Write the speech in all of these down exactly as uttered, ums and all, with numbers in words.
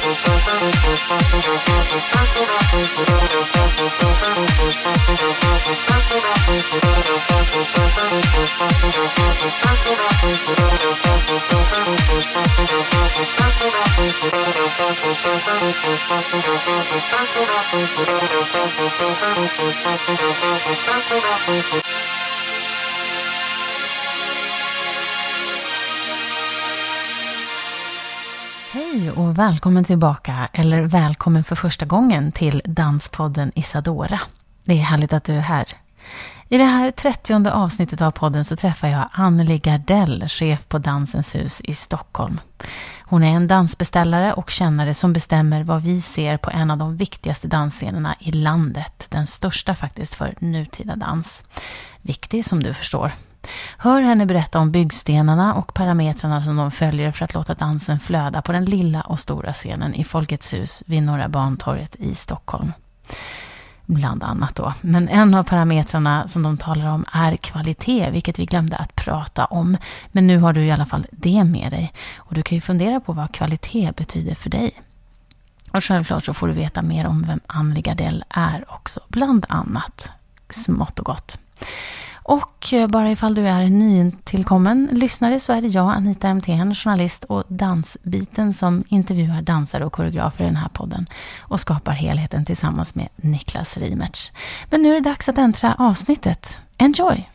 Hej och välkommen tillbaka, eller välkommen för första gången till Danspodden Isadora. Det är härligt att du är här. I det här trettionde avsnittet av podden så träffar jag Anneli Gardell, chef på Dansens hus i Stockholm. Hon är en dansbeställare och kännare som bestämmer vad vi ser på en av de viktigaste dansscenerna i landet. Den största faktiskt för nutida dans. Viktig som du förstår. Hör henne berätta om byggstenarna och parametrarna som de följer för att låta dansen flöda på den lilla och stora scenen i Folkets hus vid Norra Bantorget i Stockholm. Bland annat då. Men en av parametrarna som de talar om är kvalitet, vilket vi glömde att prata om. Men nu har du i alla fall det med dig. Och du kan ju fundera på vad kvalitet betyder för dig. Och självklart så får du veta mer om vem Anneli Gardell är också. Bland annat. Smått och gott. Och bara ifall du är en nytillkommen lyssnare så är det jag, Anita M T N, journalist och dansbiten som intervjuar dansare och koreografer i den här podden och skapar helheten tillsammans med Niklas Rimertz. Men nu är det dags att äntra avsnittet. Enjoy!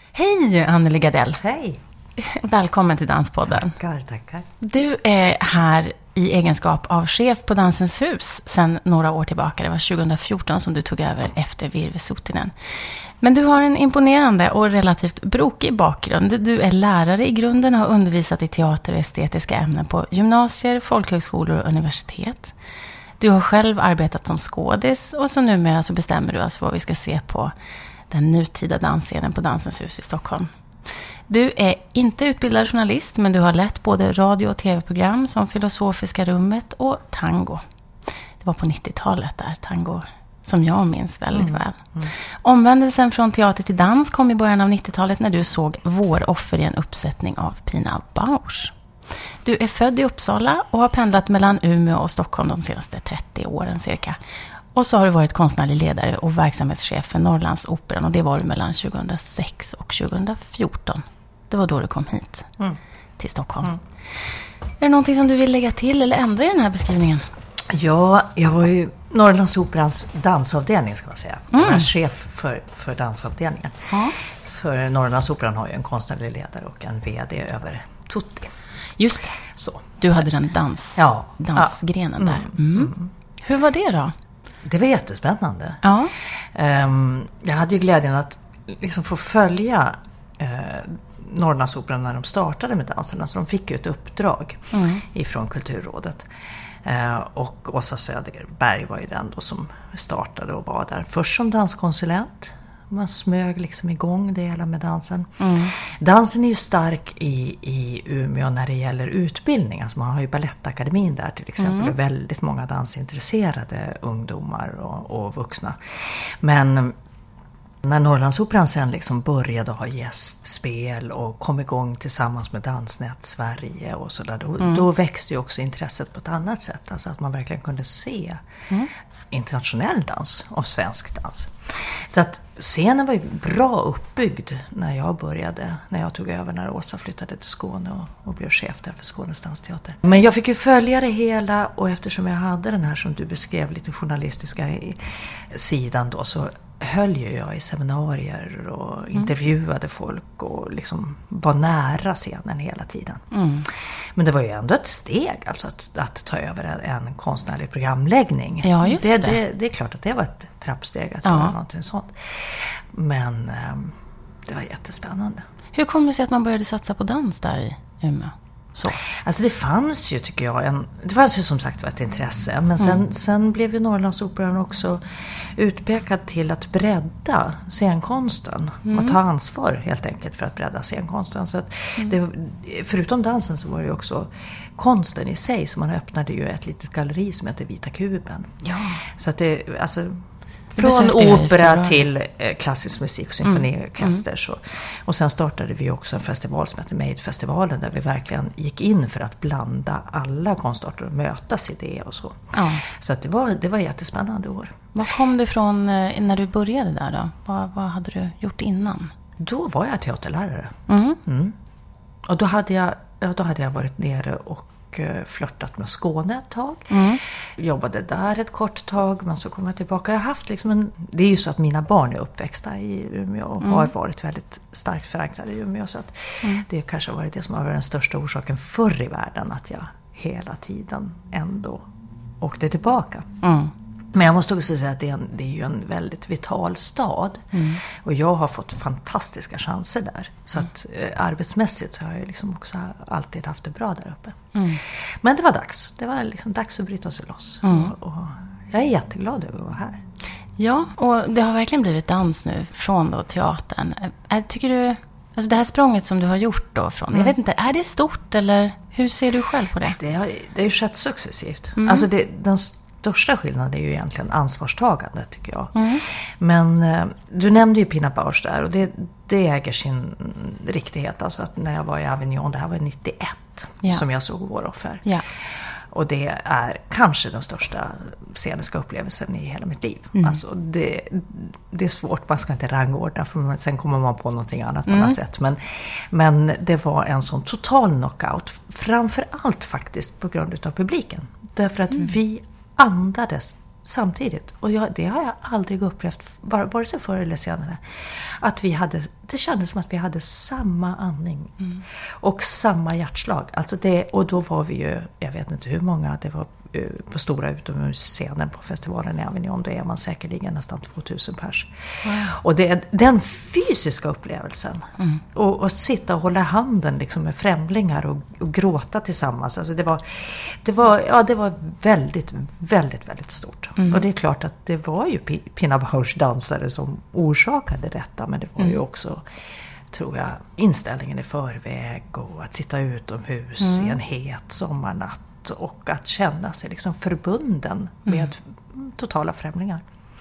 Hej Anneli Gardell! Hej! Välkommen till Danspodden. Tackar, tackar. Du är här i egenskap av chef på Dansens hus sedan några år tillbaka. Det var tjugohundrafjorton som du tog över efter Virve Sutinen. Men du har en imponerande och relativt brokig bakgrund. Du är lärare i grunden och har undervisat i teater och estetiska ämnen på gymnasier, folkhögskolor och universitet. Du har själv arbetat som skådis och så numera så bestämmer du alltså vad vi ska se på den nutida dansscenen på Dansens hus i Stockholm. Du är inte utbildad journalist, men du har lett både radio- och tv-program som Filosofiska rummet och Tango. Det var på nittiotalet där, Tango, som jag minns väldigt mm. väl. Mm. Omvändelsen från teater till dans kom i början av nittiotalet när du såg Våroffer i en uppsättning av Pina Bausch. Du är född i Uppsala och har pendlat mellan Umeå och Stockholm de senaste trettio åren cirka. Och så har du varit konstnärlig ledare och verksamhetschef för Norrlandsoperan, och det var du mellan tjugohundrasex och tjugohundrafjorton. Det var då du kom hit mm. till Stockholm. Mm. Är det någonting som du vill lägga till eller ändra i den här beskrivningen? Ja, jag var ju Norrlandsoperans dansavdelning ska man säga. Jag var Mm. chef för, för dansavdelningen. Ja. För Norrlandsoperan har ju en konstnärlig ledare och en vd över Tutti. Just det. Så. Du hade den dans, Ja. dansgrenen Ja. där. Mm. Mm. Hur var det då? Det var jättespännande. Ja. Um, jag hade ju glädjen att liksom få följa uh, Norrlandsoperan när de startade med danserna. Så de fick ju ett uppdrag mm. ifrån Kulturrådet. Uh, och Åsa Söderberg var ju den då som startade och var där. Först som danskonsulent. Man smög liksom igång det hela med dansen. Mm. Dansen är ju stark i, i Umeå när det gäller utbildning. Alltså man har ju Balettakademin där till exempel. Mm. Och väldigt många dansintresserade ungdomar och, och vuxna. Men när Norrlandsoperan sen liksom började ha gästspel och kom igång tillsammans med Dansnät Sverige och sådär, då, mm. då växte ju också intresset på ett annat sätt. Alltså att man verkligen kunde se mm. internationell dans och svensk dans. Så att scenen var ju bra uppbyggd när jag började, när jag tog över, när Åsa flyttade till Skåne och, och blev chef där för Skånes dansteater. Men jag fick ju följa det hela, och eftersom jag hade den här som du beskrev lite journalistiska sidan då, så höll ju jag i seminarier och mm. intervjuade folk och liksom var nära scenen hela tiden. Mm. Men det var ju ändå ett steg alltså att, att ta över en, en konstnärlig programläggning. Ja, just det, det. Det, det är klart att det var ett trappsteg att ja. göra någonting sånt. Men um, det var jättespännande. Hur kom det sig att man började satsa på dans där i Umeå? Så. Alltså det fanns ju, tycker jag, en, det fanns ju som sagt ett intresse. Men sen, mm. sen blev ju Norrlandsoperan också utpekad till att bredda scenkonsten. Mm. Och ta ansvar helt enkelt för att bredda scenkonsten. Så att mm. det, förutom dansen så var det ju också konsten i sig. Så man öppnade ju ett litet galleri som heter Vita kuben. Ja. Så att det, alltså Från opera till eh, klassisk musik och symfoniorkester. Mm. Så. Och sen startade vi också en festival som heter Made-festivalen där vi verkligen gick in för att blanda alla konstarter och mötas i det och så. Ja. Så att det, var, det var jättespännande år. Var kom du ifrån när du började där då? Vad, vad hade du gjort innan? Då var jag teaterlärare. Mm. Mm. Och då hade, jag, ja, då hade jag varit nere och flörtat med Skåne ett tag. Mm. Jobbade där ett kort tag, men så kom jag tillbaka. Jag har haft liksom en, det är ju så att mina barn är uppväxta i Umeå och mm. har varit väldigt starkt förankrade i Umeå. Så att mm. det kanske har varit det som har varit den största orsaken förr i världen att jag hela tiden ändå åkte tillbaka. Mm. Men jag måste också säga att det är, en, det är ju en väldigt vital stad. Mm. Och jag har fått fantastiska chanser där. Så att eh, arbetsmässigt så har jag liksom också alltid haft det bra där uppe. Mm. Men det var dags. Det var liksom dags att bryta sig loss. Mm. Och, och jag är jätteglad över att vara här. Ja, och det har verkligen blivit dans nu från då teatern. Tycker du, alltså det här språnget som du har gjort då från, mm. jag vet inte, är det stort eller hur ser du själv på det? Det har, det har ju skett successivt. Mm. Alltså det, den största skillnaden är ju egentligen ansvarstagande tycker jag. Mm. Men eh, du nämnde ju Pina Bausch där och det, det äger sin riktighet. Alltså att när jag var i Avignon, det här var nittioett ja. Som jag såg Vår offer. Ja. Och det är kanske den största sceniska upplevelsen i hela mitt liv. Mm. Alltså det, det är svårt, man ska inte rangordna för sen kommer man på någonting annat man mm. har sett. Men, men det var en sån total knockout. Framförallt faktiskt på grund av publiken. Därför att mm. vi andades samtidigt. Och jag, det har jag aldrig upplevt, vare sig förr eller senare. Att vi hade, det kändes som att vi hade samma andning. Mm. Och samma hjärtslag. Alltså det, och då var vi ju, jag vet inte hur många, det var på stora utomhusscenen på festivalen i Avignon. Då är man säkerligen nästan tvåtusen pers. Wow. Och det är den fysiska upplevelsen. Mm. Och, och sitta och hålla handen liksom med främlingar och, och gråta tillsammans. Alltså det var, det var, ja, det var väldigt, väldigt, väldigt stort. Mm. Och det är klart att det var ju Pina Bausch dansare som orsakade detta. Men det var mm. ju också, tror jag, inställningen i förväg och att sitta utomhus mm. i en het sommarnatt. Och att känna sig liksom förbunden med mm. totala främlingar.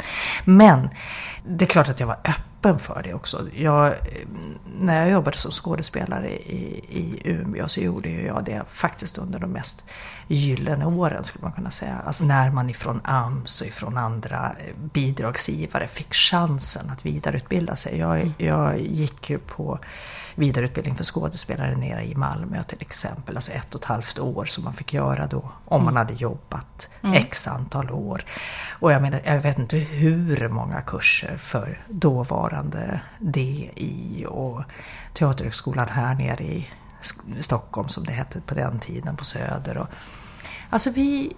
Men det är klart att jag var öppen för det också. Jag, när jag jobbade som skådespelare i, i Umeå så gjorde jag det faktiskt under de mest gyllene åren skulle man kunna säga. Alltså när man ifrån A M S och ifrån andra bidragsgivare fick chansen att vidareutbilda sig. Jag, mm. jag gick ju på vidareutbildning för skådespelare nere i Malmö till exempel. Alltså ett och ett halvt år som man fick göra då om man hade jobbat mm. x antal år. Och jag menar, jag vet inte hur många kurser för dåvarande D I och Teaterhögskolan här nere i Stockholm som det hette på den tiden på Söder. Och, alltså vi,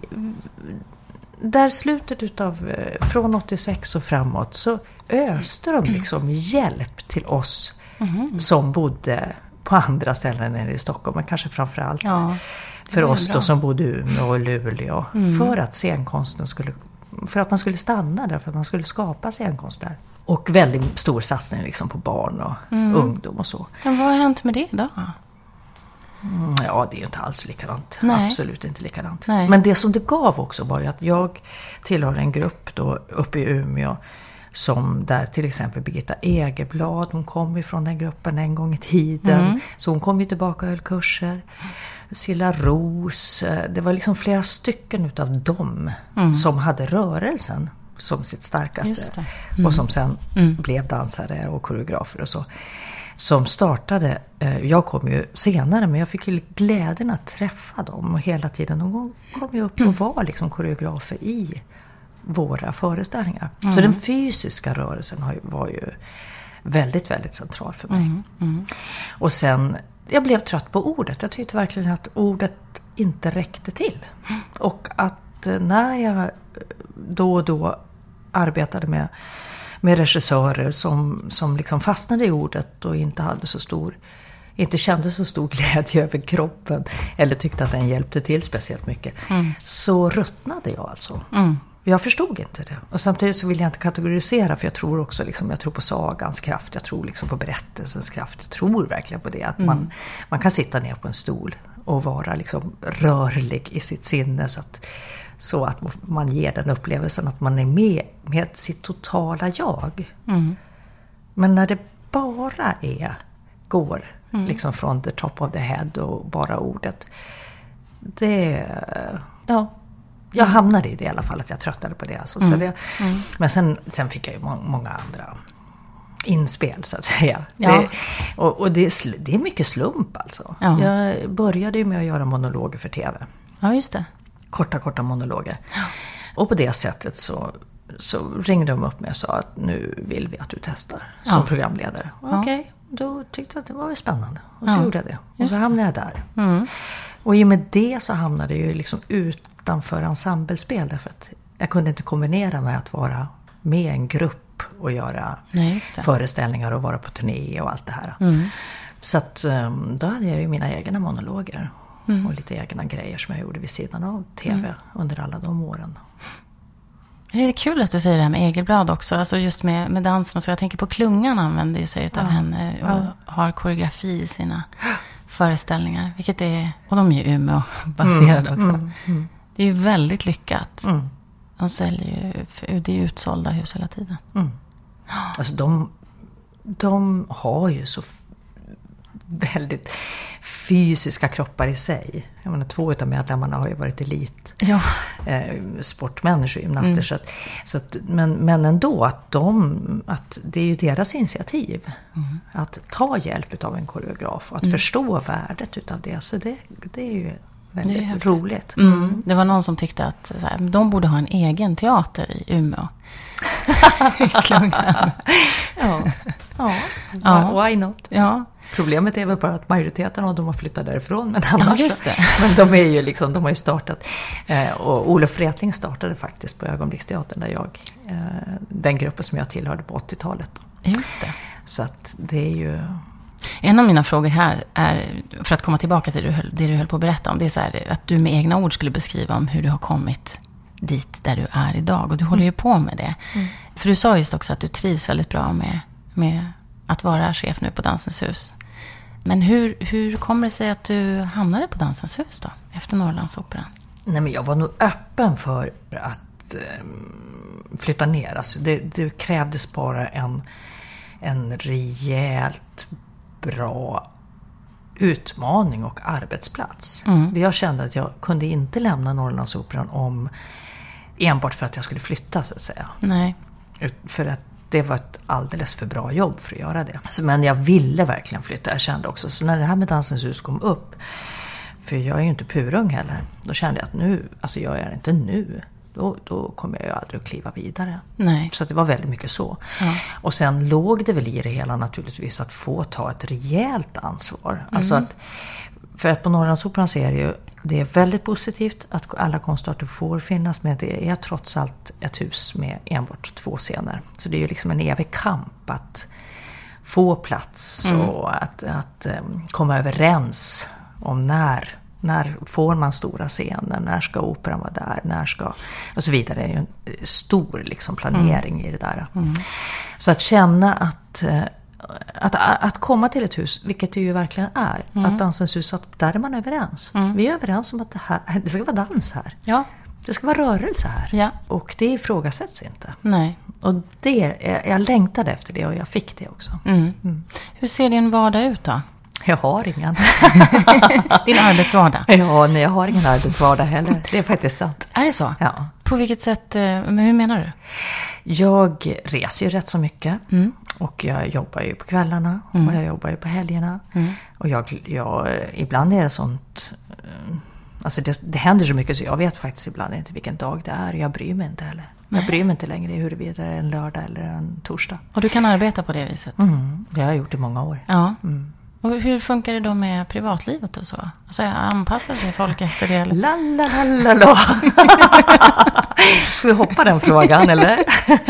där slutet utav, från åttiosex och framåt så öste de liksom hjälp till oss Mm. som bodde på andra ställen än i Stockholm, men kanske framförallt ja, för oss då som bodde i Umeå och Luleå mm. för att scenkonsten skulle, för att man skulle stanna där, för att man skulle skapa scenkonst där. Och väldigt stor satsning liksom på barn och mm. ungdom och så. Men vad har hänt med det då? Mm, ja, det är ju inte alls likadant. Nej. Absolut inte likadant. Nej. Men det som det gav också var ju att jag tillhör en grupp då uppe i Umeå som där till exempel Birgitta Egerblad, hon kom ifrån den gruppen en gång i tiden. Mm. Så hon kom ju tillbaka och höll kurser. Silla Ros, det var liksom flera stycken utav dem mm. som hade rörelsen som sitt starkaste. Mm. Och som sen mm. blev dansare och koreografer och så. Som startade, jag kom ju senare men jag fick ju glädjen att träffa dem och hela tiden. De kom ju upp och var liksom koreografer i våra föreställningar. Mm. Så den fysiska rörelsen har ju, var ju väldigt, väldigt central för mig. Mm. Mm. Och sen, jag blev trött på ordet. Jag tyckte verkligen att ordet inte räckte till. Mm. Och att när jag då och då arbetade med, med regissörer som, som liksom fastnade i ordet och inte hade så stor, inte kände så stor glädje över kroppen eller tyckte att den hjälpte till speciellt mycket, mm. så ruttnade jag alltså. Mm. Jag förstod inte det. Och samtidigt så vill jag inte kategorisera, för jag tror också liksom, jag tror på sagans kraft, jag tror liksom på berättelsens kraft. Jag tror verkligen på det, att mm. man, man kan sitta ner på en stol och vara liksom rörlig i sitt sinne så att Så att man ger den upplevelsen att man är med med sitt totala jag. Mm. Men när det bara är, går mm. liksom från the top of the head och bara ordet. Det, ja, jag hamnade i det i alla fall, att jag tröttade på det. Alltså. Mm. Så det mm. Men sen, sen fick jag ju må- många andra inspel så att säga. Ja. Det, och och det, är sl- det är mycket slump alltså. Ja. Jag började ju med att göra monologer för tv. Ja, just det. Korta, korta monologer. Ja. Och på det sättet så, så ringde de upp mig och sa att nu vill vi att du testar som ja. programledare. Ja. Okej, okay, då tyckte jag att det var väl och så ja. gjorde jag det. Och just så hamnade jag där. Mm. Och i och med det så hamnade jag ju liksom utanför ensemblespel, därför att jag kunde inte kombinera med att vara med en grupp och göra Nej, föreställningar och vara på turné och allt det här. Mm. Så att då hade jag ju mina egna monologer mm. och lite egna grejer som jag gjorde vid sidan av tv mm. under alla de åren. Det är kul att du säger det här med Egelblad också, alltså just med, med dansen och så. Jag tänker på Klungan använder ju sig utav ja. henne och ja. har koreografi i sina föreställningar, vilket är, och de är ju Umeå-baserade mm. också. Mm. Mm. Det är ju väldigt lyckat. Mm. De säljer ju, det är utsålda hus hela tiden. Mm. Alltså de, de har ju så väldigt fysiska kroppar i sig. Jag menar, två utav medlemmarna har ju varit elit ja. eh, sportmänniskor, gymnaster. Mm. Så att, så att, men, men ändå att, de, att det är ju deras initiativ mm. att ta hjälp av en koreograf och att mm. förstå värdet utav det. Så det, det är ju väldigt är roligt. Mm. Mm. Det var någon som tyckte att så här, de borde ha en egen teater i Umeå. ja. Ja. ja, why not? Ja. Problemet är väl bara att majoriteten av dem har flyttat därifrån, men annars, ja, just det. men de är ju liksom, de har ju startat eh, och Olof Wretling startade faktiskt på Ögonblicksteatern där jag, eh, den gruppen som jag tillhörde på åttiotalet. Just det. Så att det är ju... En av mina frågor här är, för att komma tillbaka till det du höll, det du höll på att berätta om, det är så här, att du med egna ord skulle beskriva om hur du har kommit dit där du är idag, och du håller ju på med det. Mm. För du sa just också att du trivs väldigt bra med, med att vara chef nu på Dansens hus. Men hur, hur kommer det sig att du hamnade på Dansens hus då, efter Norrlandsoperan? Nej, men jag var nog öppen för att eh, flytta ner. Alltså det, det krävdes bara en, en rejält bra utmaning och arbetsplats. Mm. Jag kände att jag kunde inte lämna Norrlandsoperan om enbart för att jag skulle flytta, så att säga. Nej. För att det var ett alldeles för bra jobb för att göra det. Så, men jag ville verkligen flytta. Jag kände också, så när det här med Dansens hus kom upp, för jag är ju inte purung heller, då kände jag att nu, alltså jag är inte nu, då, då kommer jag ju aldrig att kliva vidare. Nej. Så att det var väldigt mycket så. Ja. Och sen låg det väl i det hela naturligtvis att få ta ett rejält ansvar. Mm. Alltså att, för att på Norrlandsoperan så är det ju, det är väldigt positivt att alla konstarter får finnas, men det är trots allt ett hus med enbart två scener. Så det är ju liksom en evig kamp att få plats mm. och att, att um, komma överens om när, när får man stora scener, när ska operan vara där, när ska, och så vidare. Det är ju en stor liksom planering mm. i det där. Mm. Så att känna att Att, att komma till ett hus, vilket det ju verkligen är, mm. att Dansens hus, att där är man överens. Mm. Vi är överens om att det, här, det ska vara dans här. Ja. Det ska vara rörelse här. Ja. Och det ifrågasätts inte. Nej. Och det, jag längtade efter det och jag fick det också. Mm. Mm. Hur ser din vardag ut då? Jag har ingen. Din arbetsvardag? Ja, nej, jag har ingen arbetsvardag heller. Det är faktiskt sant. Är det så? Ja. På vilket sätt, men hur menar du? Jag reser ju rätt så mycket. Mm. Och jag jobbar ju på kvällarna. Mm. Och jag jobbar ju på helgerna. Mm. Och jag, jag, ibland är det sånt... Alltså det, det händer så mycket så jag vet faktiskt ibland inte vilken dag det är. Jag bryr mig inte heller. Nej. Jag bryr mig inte längre huruvida det är en lördag eller en torsdag. Och du kan arbeta på det viset? Mm. Det har jag gjort i många år. Ja. Mm. Och hur funkar det då med privatlivet och så? Alltså anpassar sig folk efter det? Eller? La, la, la, la, la. Ska vi hoppa den frågan eller?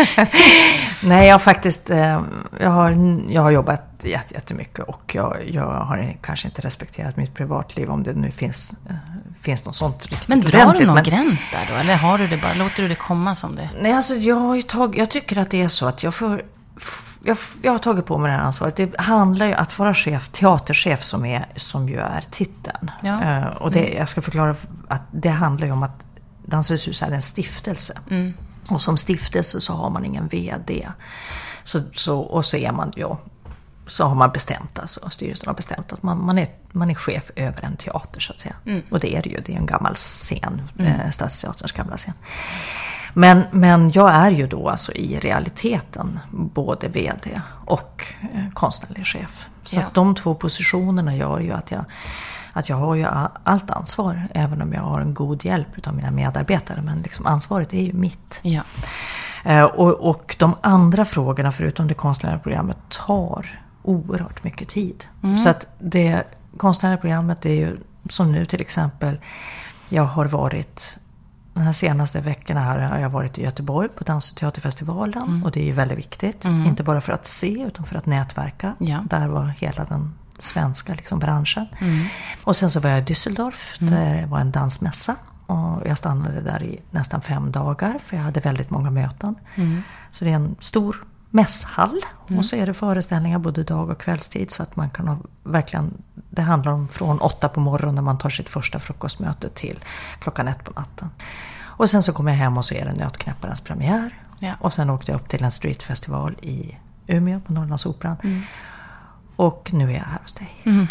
Nej, jag har faktiskt jag har, jag har jobbat jättemycket och jag, jag har kanske inte respekterat mitt privatliv, om det nu finns, finns något sånt riktigt. Men drar du någon men, gräns där då? Eller har du det bara, låter du det komma som det? Nej, alltså jag har ju tag, jag tycker att det är så att jag får Jag, jag har tagit på mig det här ansvaret. Det handlar ju om att vara chef, teaterchef som, är, som ju är titeln. Ja. Uh, och det, jag ska förklara att det handlar ju om att Dansens hus är en stiftelse. Mm. Och som stiftelse så har man ingen vd. Så, så, och så är man ju, så har man bestämt, alltså styrelsen har bestämt att man, man, är, man är chef över en teater så att säga. Mm. Och det är det ju, det är en gammal scen, mm. eh, Stadsteaterns gamla scen. Men, men jag är ju då alltså i realiteten både vd och eh, konstnärlig chef. Så ja. Att de två positionerna gör ju att jag, att jag har ju allt ansvar, även om jag har en god hjälp av mina medarbetare. Men liksom ansvaret är ju mitt. Ja. Eh, och, och de andra frågorna förutom det konstnärliga programmet tar oerhört mycket tid. Mm. Så att det konstnärliga programmet är ju som nu till exempel, jag har varit... De här senaste veckorna här har jag varit i Göteborg på Dans- och teaterfestivalen. Mm. Och det är ju väldigt viktigt. Mm. Inte bara för att se utan för att nätverka. Ja. Där var hela den svenska liksom, branschen. Mm. Och sen så var jag i Düsseldorf. Mm. Där var en dansmässa. Och jag stannade där i nästan fem dagar. För jag hade väldigt många möten. Mm. Så det är en stor mässhall. Mm. Och så är det föreställningar både dag och kvällstid. Så att man kan ha verkligen... Det handlar om från åtta på morgonen när man tar sitt första frukostmöte till klockan ett på natten. Och sen så kommer jag hem och så är det Nötknäpparens premiär. Ja. Och sen åkte jag upp till en streetfestival i Umeå på Norrlandsoperan. Mm. Och nu är jag här hos dig. Mm.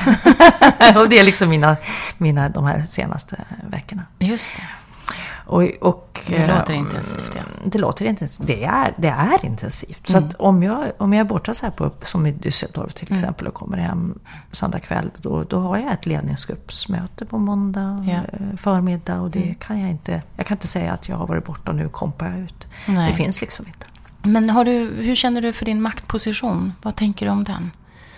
Och det är liksom mina, mina de här senaste veckorna. Just det. Och, och, det låter intensivt, ja. Det låter intensivt. Det är, det är intensivt. Mm. Så att om jag, om jag är borta så här på, som i Düsseldorf till exempel mm. och kommer hem söndag kväll, då, då har jag ett ledningsgruppsmöte på måndag ja. förmiddag och det mm. kan jag inte, jag kan inte säga att jag har varit borta och nu kompar jag ut. Nej. Det finns liksom inte. Men har du, hur känner du för din maktposition? Vad tänker du om den?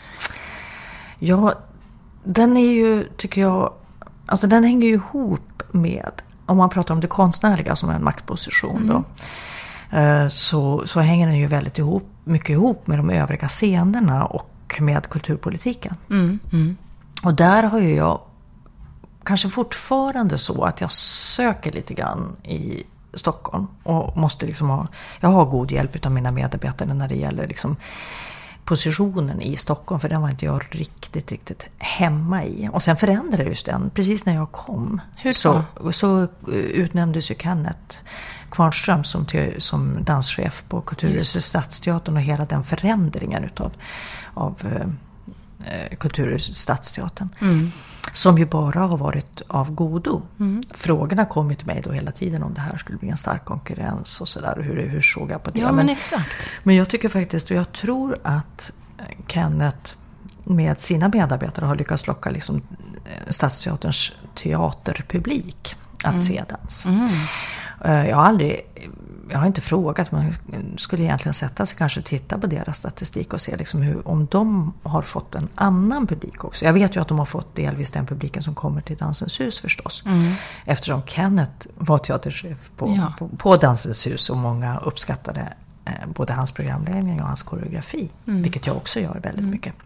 Ja, den är ju, tycker jag, alltså den hänger ju ihop med, om man pratar om det konstnärliga som är en maktposition då, mm. så, så hänger den ju väldigt ihop, mycket ihop med de övriga scenerna och med kulturpolitiken. Mm. Mm. Och där har ju jag kanske fortfarande så att jag söker lite grann i Stockholm och måste liksom ha, jag har god hjälp av mina medarbetare när det gäller liksom positionen i Stockholm, för den var inte jag riktigt, riktigt hemma i. Och sen förändrades den, precis när jag kom. Hur så? Så, så utnämndes ju Kenneth Kvarnström som, till, som danschef på Kulturhuset Stadsteatern och hela den förändringen utav, av eh, Kulturhuset Stadsteatern. Mm. Som ju bara har varit av godo. Mm. Frågorna kom ju till mig då hela tiden om det här skulle bli en stark konkurrens och sådär. Och hur, hur såg jag på det? Ja, men, men exakt. Men jag tycker faktiskt, och jag tror att Kenneth med sina medarbetare har lyckats locka liksom Stadsteaterns teaterpublik att mm. se dans. Mm. Jag har aldrig, jag har inte frågat, man skulle egentligen sätta sig kanske titta på deras statistik och se liksom hur, om de har fått en annan publik också. Jag vet ju att de har fått delvis den publiken som kommer till Dansens hus förstås. Mm. Eftersom Kenneth var teaterchef på, ja. på, på Dansens hus och många uppskattade eh, både hans programledning och hans koreografi. Mm. Vilket jag också gör väldigt mm. mycket.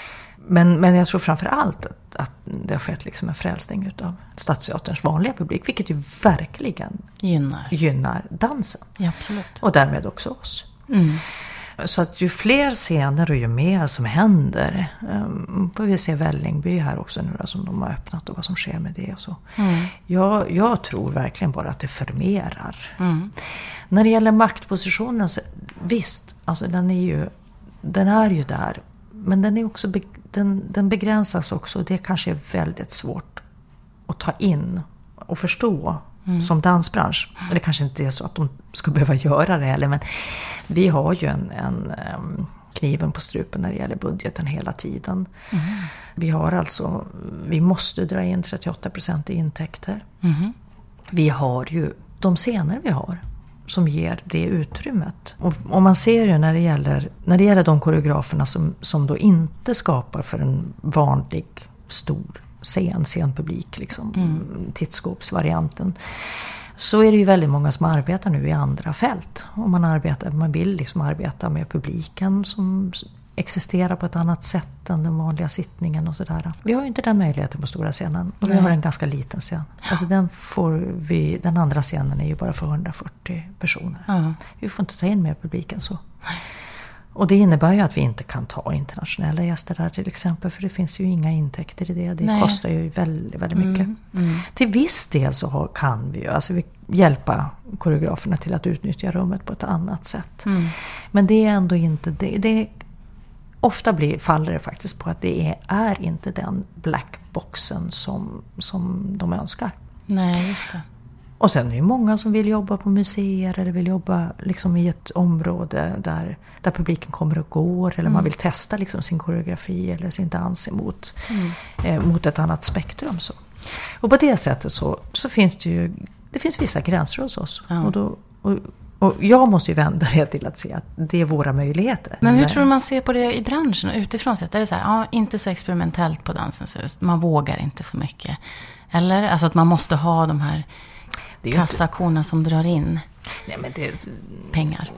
Men, men jag tror framför allt att, att det har skett liksom en frälsning av Stadsteaterns vanliga publik. Vilket ju verkligen gynnar, gynnar dansen. Ja, absolut. Och därmed också oss. Mm. Så att ju fler scener och ju mer som händer. Um, får vi se Vällingby här också nu då, som de har öppnat och vad som sker med det och så. Mm. Jag, jag tror verkligen bara att det förmerar. Mm. När det gäller maktpositionen, så, visst, alltså den är ju, den är ju där. Men den, är också, den, den begränsas också och det kanske är väldigt svårt att ta in och förstå mm. som dansbransch. Det kanske inte är så att de ska behöva göra det heller, men vi har ju en, en um, kniven på strupen när det gäller budgeten hela tiden. Mm. Vi har alltså, vi måste dra in trettioåtta procent i intäkter. Mm. Vi har ju de scener vi har som ger det utrymmet. Och, och man ser ju när det gäller, när det gäller de koreograferna som, som då inte skapar för en vanlig stor scen, scenpublik, liksom, mm. tittskåpsvarianten, så är det ju väldigt många som arbetar nu i andra fält. Och man, arbetar, man vill liksom arbeta med publiken som existerar på ett annat sätt än den vanliga sittningen och sådär. Vi har ju inte den möjligheten på stora scenen. Och vi har en ganska liten scen. Alltså den, får vi, den andra scenen är ju bara för hundrafyrtio personer. Mm. Vi får inte ta in mer publiken så. Och det innebär ju att vi inte kan ta internationella gäster där till exempel. För det finns ju inga intäkter i det. Det Nej. kostar ju väldigt, väldigt mycket. Mm, mm. Till viss del så har, kan vi ju alltså vi hjälpa koreograferna till att utnyttja rummet på ett annat sätt. Mm. Men det är ändå inte... Det, det, ofta blir, faller det faktiskt på att det är, är inte den blackboxen som, som de önskar. Nej, just det. Och sen är det många som vill jobba på museer eller vill jobba liksom i ett område där, där publiken kommer och går. Eller mm. man vill testa liksom sin koreografi eller sin dans emot, mm. eh, mot ett annat spektrum. Så. Och på det sättet så, så finns det ju det finns vissa gränser hos oss. Ja. Och, då, och, och jag måste ju vända det till att se att det är våra möjligheter. Men hur tror du man ser på det i branschen utifrån sett? Är det så här, ja, inte så experimentellt på Dansens hus. Man vågar inte så mycket. Eller alltså att man måste ha de här kassakorna som drar in Nej, men det, pengar.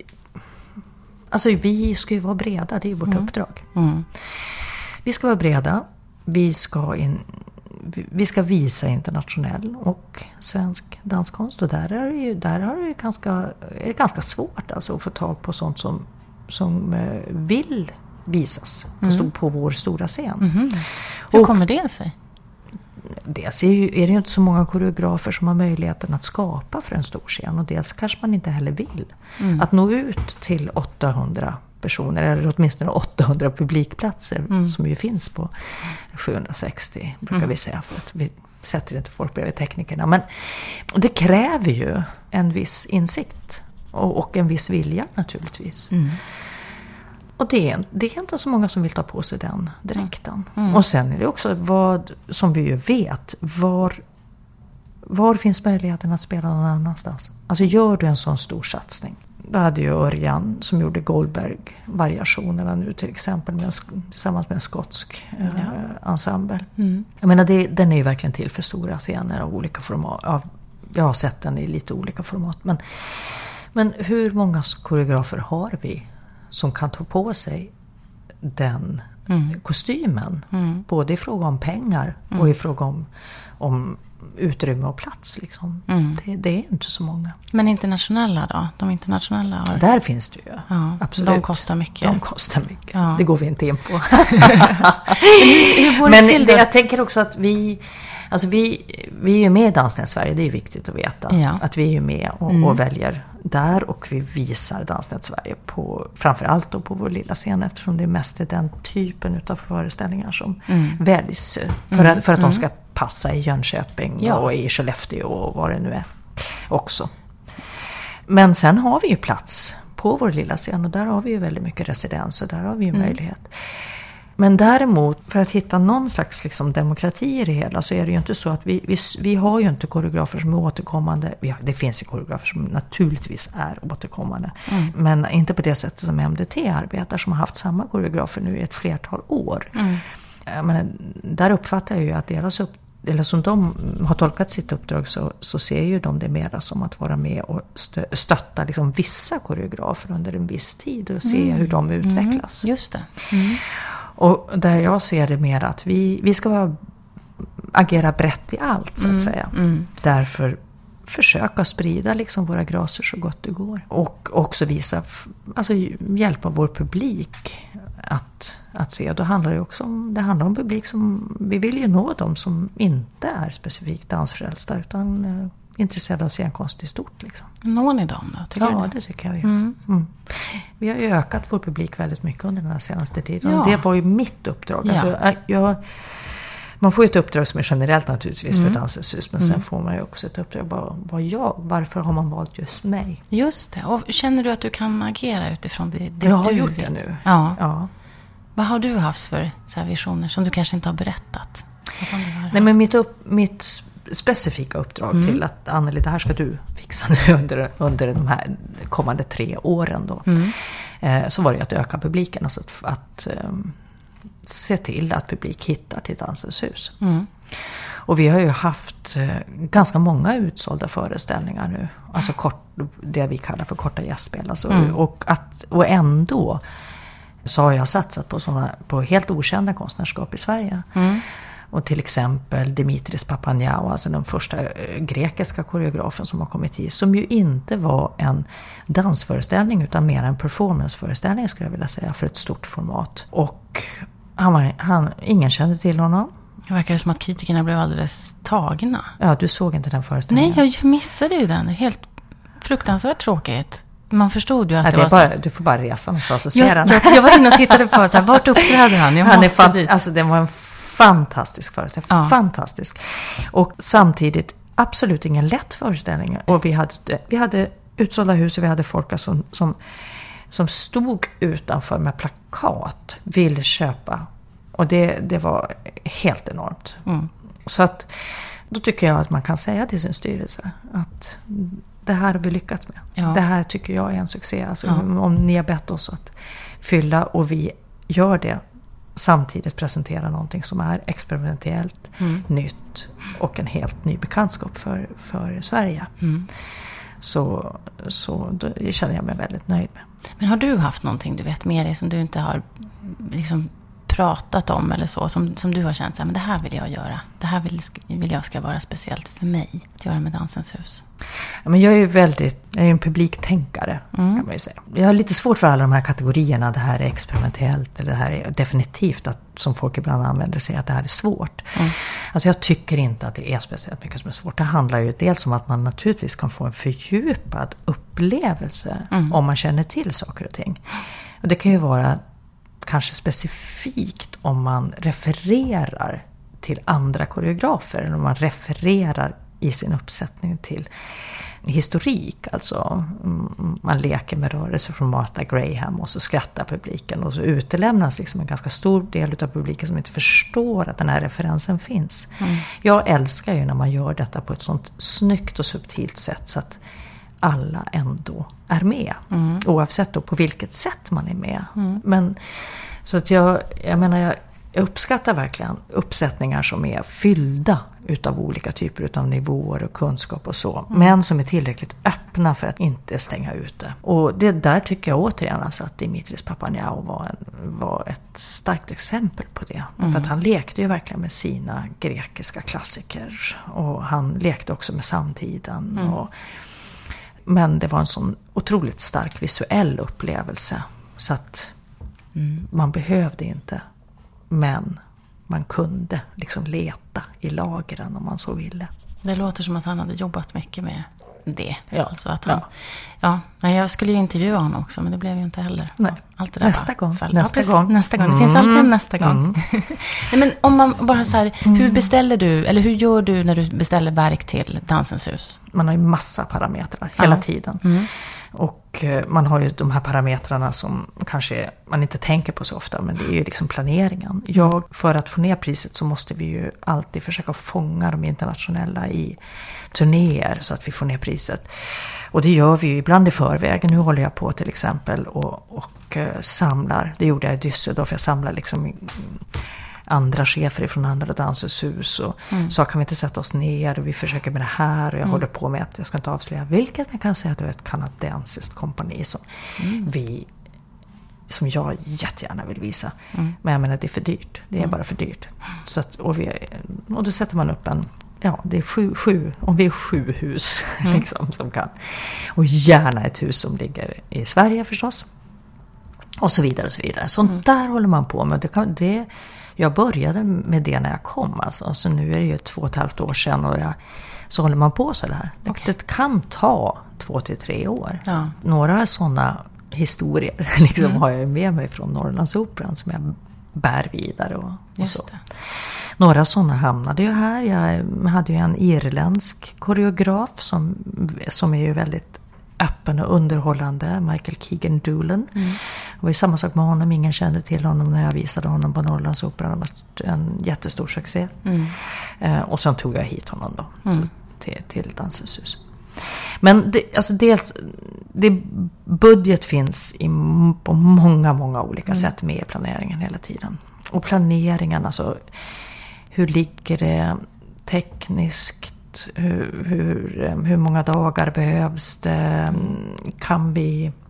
Alltså vi ska ju vara breda, det är ju vårt mm. uppdrag. Mm. Vi ska vara breda, vi ska, in, vi ska visa internationell och svensk danskonst. Och där är det ju, där är det ganska, är det ganska svårt alltså, att få tag på sånt som, som vill visas på, mm. på vår stora scen. Mm. Hur och, kommer det sig? Dels är, ju, är det ju inte så många koreografer som har möjligheten att skapa för en stor scen. Och dels kanske man inte heller vill. Mm. Att nå ut till åttahundra personer, eller åtminstone åttahundra publikplatser mm. som ju finns på sjuhundrasextio, brukar mm. vi säga. För att vi sätter inte folk bredvid teknikerna. Men det kräver ju en viss insikt och, och en viss vilja naturligtvis. Mm. Och det är, det är inte så många som vill ta på sig den dräkten. Mm. Och sen är det också vad som vi ju vet. Var, var finns möjligheten att spela någon annanstans? Alltså gör du en sån stor satsning. Då hade ju Örjan som gjorde Goldberg-variationerna nu till exempel med en, tillsammans med en skotsk ja. eh, ensemble. Mm. Jag menar det, den är ju verkligen till för stora scener av olika format. Av, jag har sett den i lite olika format. Men, men hur många koreografer har vi som kan ta på sig den mm. kostymen. Mm. Både i fråga om pengar mm. och i fråga om, om utrymme och plats. Liksom. Mm. Det, det är inte så många. Men internationella då? De internationella har... Där finns det ju. Ja, absolut. De kostar mycket. De kostar mycket. Ja. Det går vi inte in på. Men hur, hur går det Men till det, jag tänker också att vi... Alltså vi, vi är ju med i Dansnät Sverige, det är ju viktigt att veta. Ja. Att vi är ju med och, mm. och väljer där och vi visar Dansnät Sverige på, framförallt då på vår lilla scen eftersom det är mest är den typen av föreställningar som mm. väljs för, mm. att, för att de ska passa i Jönköping ja. och i Skellefteå och vad det nu är också. Men sen har vi ju plats på vår lilla scen och där har vi ju väldigt mycket residens och där har vi ju mm. möjlighet. Men däremot, för att hitta någon slags liksom, demokrati i det hela så är det ju inte så att vi, vi, vi har ju inte koreografer som är återkommande. Vi har, det finns ju koreografer som naturligtvis är återkommande. Mm. Men inte på det sättet som M D T arbetar som har haft samma koreografer nu i ett flertal år. Mm. Men där uppfattar jag ju att deras upp, eller som de har tolkat sitt uppdrag så, så ser ju de det mera som att vara med och stö, stötta liksom vissa koreografer under en viss tid och se mm. hur de utvecklas. Mm. Just det. Mm. Och där jag ser det mer att vi, vi ska vara, agera brett i allt så att mm, säga. Mm. Därför försöka sprida liksom våra graser så gott det går. Och också visa, alltså hjälpa vår publik att, att se. Då handlar det också om, det handlar om publik som, vi vill ju nå dem som inte är specifikt dansfrälsta utan eh, intresserade av scenkonst i stort. Liksom. Når ni dem då? Tycker ja, du? det tycker jag. Mm. Mm. Vi har ju ökat vår publik väldigt mycket under den här senaste tiden. Ja. Och det var ju mitt uppdrag. Ja. Alltså, jag, man får ju ett uppdrag som är generellt naturligtvis mm. för Dansens hus. Men mm. sen får man ju också ett uppdrag. Vad, vad jag, varför har man valt just mig? Just det. Och känner du att du kan agera utifrån det, det jag har du gjort vet? det nu. Ja. ja. Vad har du haft för så här visioner som du kanske inte har berättat? Som du har Nej, haft? men mitt, upp, mitt specifika uppdrag mm. till att Anneli, det här ska du fixa nu under, under de här kommande tre åren då. Mm. Eh, så var det ju att öka publiken. Alltså att, att um, se till att publik hittar till Dansens hus. Mm. Och vi har ju haft eh, ganska många utsålda föreställningar nu. Alltså kort, det vi kallar för korta gästspel. Alltså, mm. och, att, och ändå så har jag satsat på, såna, på helt okända konstnärskap i Sverige. Mm. Och till exempel Dimitris Papaniaou, alltså den första grekiska koreografen som har kommit hit, som ju inte var en dansföreställning utan mer en performanceföreställning skulle jag vilja säga, för ett stort format. Och han var, han, ingen kände till honom. Det verkar som att kritikerna blev alldeles tagna. Ja, du såg inte den föreställningen. Nej, jag missade ju den. Helt fruktansvärt tråkigt. Man förstod ju att ja, det, det var bara, så. Du får bara resa någonstans och se Just, den. Jag, jag var inne och tittade på så här, vart uppträdde han? Jag han måste är fan, dit. alltså det var en fantastisk föreställning. Ja. Fantastisk. Och samtidigt absolut ingen lätt föreställning. Och vi hade, vi hade utsålda hus och vi hade folk som, som, som stod utanför med plakat, ville köpa. Och det, det var helt enormt. Mm. Så att då tycker jag att man kan säga till sin styrelse att det här har vi lyckats med. Ja. Det här tycker jag är en succé. Alltså, ja. Om ni har bett oss att fylla och vi gör det, samtidigt presentera någonting som är experimentellt, mm. nytt och en helt ny bekantskap för, för Sverige. Mm. Så, så då känner jag mig väldigt nöjd med. Men har du haft någonting du vet med dig som du inte har liksom pratat om eller så, som, som du har känt så här, men det här vill jag göra, det här vill, vill jag ska vara speciellt för mig att göra med Dansens hus? Ja, men jag är ju väldigt, jag är en publiktänkare, mm. kan man ju säga. Jag har lite svårt för alla de här kategorierna, det här är experimentellt eller det här är definitivt att, som folk ibland använder sig, att det här är svårt. Mm. Alltså jag tycker inte att det är speciellt mycket som är svårt. Det handlar ju dels om att man naturligtvis kan få en fördjupad upplevelse mm. om man känner till saker och ting. Och det kan ju vara kanske specifikt om man refererar till andra koreografer eller om man refererar i sin uppsättning till historik. Alltså man leker med rörelser från Martha Graham och så skrattar publiken och så utelämnas liksom en ganska stor del av publiken som inte förstår att den här referensen finns. Mm. Jag älskar ju när man gör detta på ett sånt snyggt och subtilt sätt så att alla ändå är med. Mm. Oavsett då på vilket sätt man är med. Mm. Men så att jag, jag menar jag, jag uppskattar verkligen uppsättningar som är fyllda utav olika typer av nivåer och kunskap och så. Mm. Men som är tillräckligt öppna för att inte stänga ute. Och det där tycker jag återigen alltså att Dimitris Papaniaou var, en, var ett starkt exempel på det. Mm. För att han lekte ju verkligen med sina grekiska klassiker. Och han lekte också med samtiden. Mm. Och men det var en sån otroligt stark visuell upplevelse. Så att mm. man behövde inte. Men man kunde liksom leta i lagren om man så ville. Det låter som att han hade jobbat mycket med det. Ja. Alltså att han, ja. Ja, nej, jag skulle ju intervjua honom också, men det blev ju inte heller. Nej. Allt det där nästa gång. Ja, nästa, precis, gång. nästa gång. Det Mm. finns alltid en nästa gång. Mm. Nej, men om man bara så här, Mm. hur beställer du, eller hur gör du när du beställer verk till Dansens hus? Man har ju massa parametrar hela ja. tiden. Mm. Och man har ju de här parametrarna som kanske man inte tänker på så ofta, men det är ju liksom planeringen. Jag, för att få ner priset så måste vi ju alltid försöka fånga de internationella i turnéer så att vi får ner priset. Och det gör vi ju ibland i förväg. Nu håller jag på till exempel och, och uh, samlar, det gjorde jag i Düsseldorf, jag samlar liksom andra chefer från andra Dansens hus och mm. så kan vi inte sätta oss ner och vi försöker med det här och jag mm. håller på med att jag ska inte avslöja vilket, men kan säga att det är ett kanadensiskt kompani som mm. vi som jag jättegärna vill visa. Mm. Men jag menar det är för dyrt. Det är mm. bara för dyrt. Så att, och, vi, och då sätter man upp en ja, det är sju, sju om vi är sju hus mm. liksom, som kan. Och gärna ett hus som ligger i Sverige förstås. Och så vidare och så vidare. Sånt mm. där håller man på med. Det kan, det, jag började med det när jag kom. Alltså. Så nu är det ju två och ett halvt år sedan och jag, så håller man på så där. Det, okay. det kan ta två till tre år. Ja. Några sådana historier liksom, mm. har jag med mig från Norrlandsoperan som jag bär vidare. Och, och så. Det. Några sådana hamnade ju här. Jag hade ju en irländsk koreograf som, som är ju väldigt öppen och underhållande, Michael Keegan Doolan. Mm. Det var ju samma sak med honom, ingen kände till honom när jag visade honom på Norrlandsoperan. Det var en jättestor succé. Mm. Eh, och sen tog jag hit honom då mm. så, till, till Dansens hus. Men det, alltså dels, det, budget finns i, på många, många olika mm. sätt med i planeringen hela tiden. Och planeringen, alltså hur ligger det tekniskt? Hur, hur, hur många dagar behövs det? Kan vi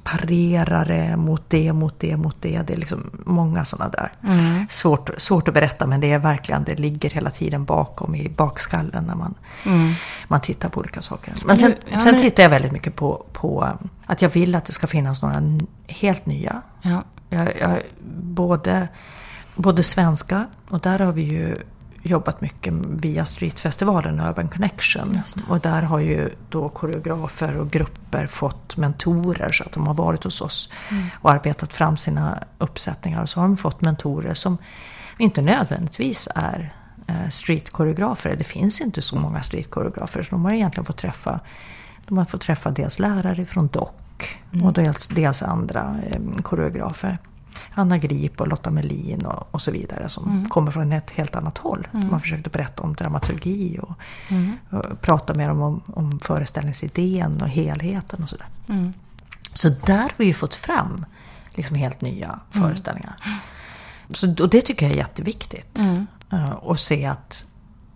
parerare mot det, mot det, mot det. Det är liksom många sådana där. Mm. Svårt, svårt att berätta, men det är verkligen, det ligger hela tiden bakom i bakskallen när man, mm. man tittar på olika saker. Men sen, ja, sen men... tittar jag väldigt mycket på, på att jag vill att det ska finnas några helt nya. Ja. Jag, jag, både, både svenska, och där har vi ju jobbat mycket via Streetfestivalen Urban Connection. Och där har ju då koreografer och grupper fått mentorer, så att de har varit hos oss mm. och arbetat fram sina uppsättningar. Och så har de fått mentorer som inte nödvändigtvis är eh, streetkoreografer. Det finns inte så många streetkoreografer, så de har egentligen fått träffa, de har fått träffa dels lärare från D O C mm. och dels, dels andra eh, koreografer. Anna Grip och Lotta Melin och, och så vidare, som mm. kommer från ett helt annat håll. Mm. De har försökt att berätta om dramaturgi och, mm. och prata med dem om, om föreställningsidén och helheten och sådär. Mm. Så där har vi ju fått fram liksom helt nya mm. föreställningar. Så, och det tycker jag är jätteviktigt. Mm. Uh, och se att,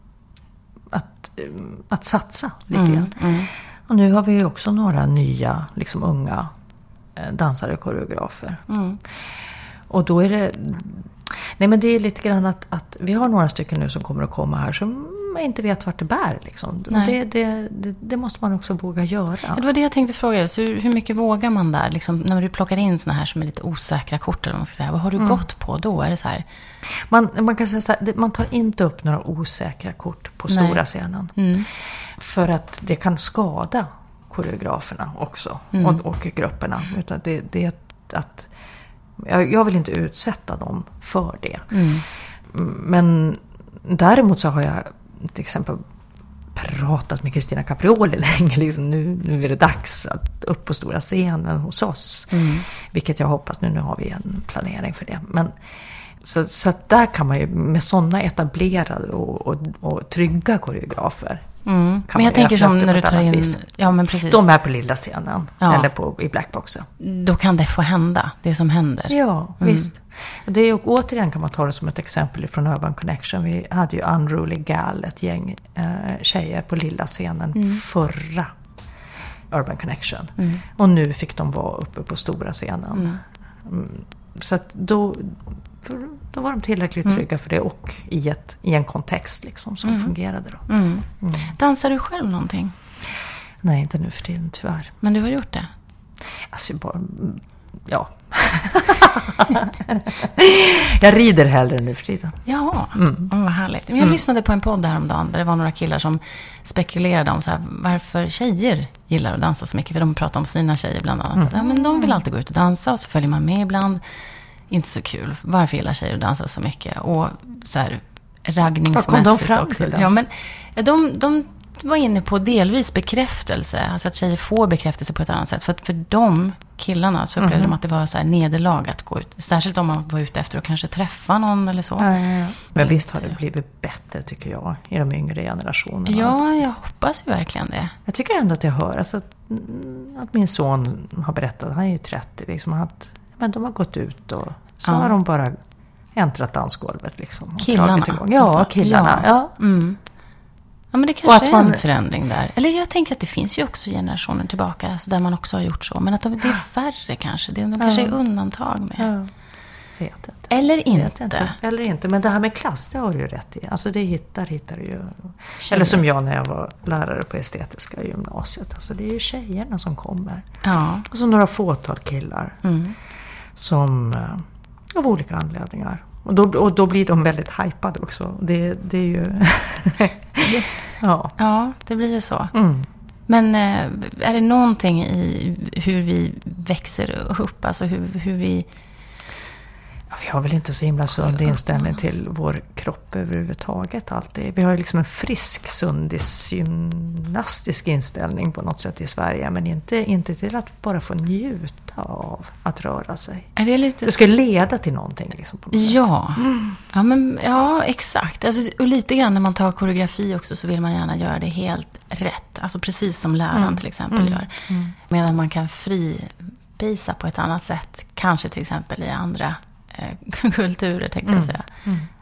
att, uh, att satsa lite mm. grann. Mm. Och nu har vi ju också några nya liksom unga uh, dansare och koreografer. Mm. Och då är det, nej men det är lite grann att, att vi har några stycken nu som kommer att komma här som inte vet vart det bär liksom. Det, det, det, det måste man också våga göra. Ja, det var det jag tänkte fråga. Så hur, hur mycket vågar man där? Liksom, när du plockar in såna här som är lite osäkra kort, eller vad man ska säga. Vad har du mm. gått på då? Är det så här? Man, man kan säga så här, man tar inte upp några osäkra kort på nej. Stora scenen. Mm. För att det kan skada koreograferna också mm. och, och grupperna. Utan det, det är att Jag, jag vill inte utsätta dem för det. Mm. Men däremot så har jag till exempel pratat med Cristina Caprioli länge. Liksom nu, nu är det dags att upp på stora scenen hos oss. Mm. Vilket jag hoppas nu. Nu har vi en planering för det. Men, så, så att där kan man ju med sådana etablerade och, och, och trygga koreografer. Mm. Men jag tänker som när du tar in ja, men precis. De är på lilla scenen ja. Eller på, i blackboxen. Då kan det få hända, det som händer. Ja, mm. visst. Det är, återigen kan man ta det som ett exempel från Urban Connection. Vi hade ju Unruly Gal, ett gäng eh, tjejer på lilla scenen mm. förra Urban Connection. Mm. Och nu fick de vara uppe på stora scenen. Mm. Så att då, då var de tillräckligt mm. trygga för det, och i, ett, i en kontext liksom, som mm. fungerade då. Mm. Mm. Dansar du själv någonting? Nej, inte nu för tiden tyvärr. Men du har gjort det? Alltså bara, ja. Jag rider hellre nu för tiden. Ja, mm. oh, vad härligt. Men jag mm. lyssnade på en podd häromdagen där det var några killar som spekulerade om så här, varför tjejer gillar att dansa så mycket. För de pratar om sina tjejer bland annat. Mm. Att, ja, men de vill alltid gå ut och dansa, och så följer man med ibland. Inte så kul. Varför gillar tjejer att dansa så mycket? Och så här raggningsmässigt också. Ja, men de, de var inne på delvis bekräftelse. Alltså att tjejer får bekräftelse på ett annat sätt. För att för de killarna så upplevde mm. de att det var så här nederlag att gå ut. Särskilt om man var ute efter att kanske träffa någon eller så. Ja, ja, ja. Men visst har det blivit bättre, tycker jag, i de yngre generationerna. Ja, jag hoppas ju verkligen det. Jag tycker ändå att jag hör alltså, att, att min son har berättat, han är ju trettio, liksom, att men de har gått ut och så ja. Har de bara äntrat dansgolvet. Liksom, killarna? Ja, alltså, killarna. Ja. Ja. Mm. Ja, men det kanske är man, en förändring där. Eller jag tänker att det finns ju också generationer tillbaka alltså där man också har gjort så. Men att det är färre kanske. Det är, de ja. Kanske är undantag med. Ja. Vet inte. Eller inte. inte. Eller inte. Men det här med klass, det har du ju rätt i. Alltså det hittar, hittar du ju. Tjejer. Eller som jag när jag var lärare på estetiska gymnasiet. Alltså det är ju tjejerna som kommer. Ja. Och så några fåtal killar. Mm. Som av olika anledningar. Och då, och då blir de väldigt hypade också. Det, det är ju... ja. Ja, det blir ju så. Mm. Men är det någonting i hur vi växer upp? Alltså hur, hur vi... Ja, vi har väl inte så himla sund inställning till vår kropp överhuvudtaget alltid. Vi har ju liksom en frisk, sundis, gymnastisk inställning på något sätt i Sverige. Men inte, inte till att bara få njuta av att röra sig. Är det, lite... det ska leda till någonting. Liksom, på något ja. sätt. Mm. Ja, men, ja, exakt. Alltså, och lite grann när man tar koreografi också så vill man gärna göra det helt rätt. Alltså precis som läraren mm. till exempel mm. gör. Mm. Medan man kan fribisa på ett annat sätt. Kanske till exempel i andra kulturer tänkte jag säga. Mm.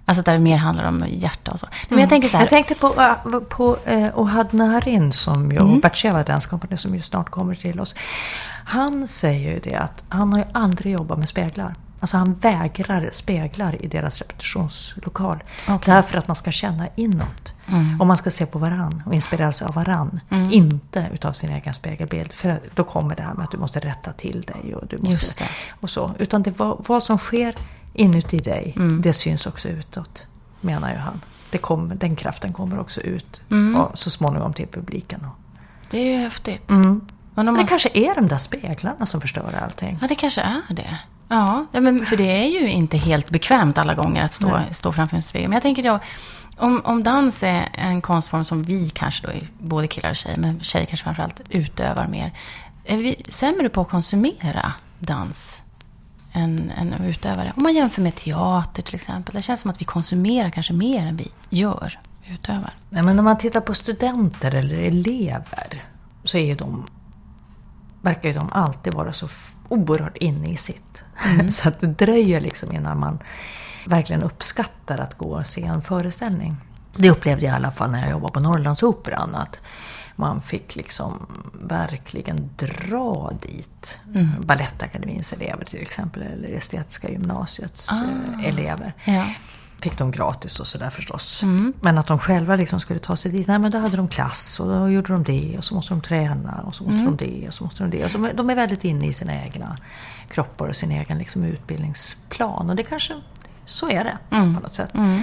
Alltså där det mer handlar om hjärta och så. Mm. Men jag tänker så här. Jag tänkte på, på eh, Ohad Naharin som ju, mm. och Batsheva Dance Company som ju snart kommer till oss. Han säger ju det att han har ju aldrig jobbat med speglar. Alltså han vägrar speglar i deras repetitionslokal. Okay. Därför att man ska känna inåt. Mm. Och man ska se på varann och inspireras av varann. Mm. Inte utav sin egen spegelbild. För då kommer det här med att du måste rätta till dig. Och du måste, Just det. Och så. Utan det vad, vad som sker inuti dig, mm. det syns också utåt. Menar ju han. Det kommer, den kraften kommer också ut. Mm. Och så småningom till publiken. Det är ju häftigt. Mm. Men, Men det man... kanske är de där speglarna som förstör allting. Ja, det kanske är det. Ja, men för det är ju inte helt bekvämt alla gånger att stå, stå framför en spegel. Men jag tänker då, om, om dans är en konstform som vi kanske då, både killar och tjejer, men tjejer kanske framförallt utövar mer. Är vi sämre på att konsumera dans än, än utövare? Om man jämför med teater till exempel. Det känns som att vi konsumerar kanske mer än vi gör, utövar. Ja, men när man tittar på studenter eller elever så är ju de, verkar ju de alltid vara så oerhört inne i sitt. Mm. Så att det dröjer liksom innan man verkligen uppskattar att gå och se en föreställning. Det upplevde jag i alla fall när jag jobbade på Norrlandsoperan, att man fick liksom verkligen dra dit mm. Balettakademins elever till exempel, eller Estetiska gymnasiets ah. elever. Ja. Fick de gratis och sådär förstås. Mm. Men att de själva liksom skulle ta sig dit. Nej, men då hade de klass och då gjorde de det. Och så måste de träna och så måste mm. de det och så måste de det. Och så, de är väldigt inne i sina egna kroppar och sin egen liksom utbildningsplan. Och det kanske, så är det mm. på något sätt. Mm.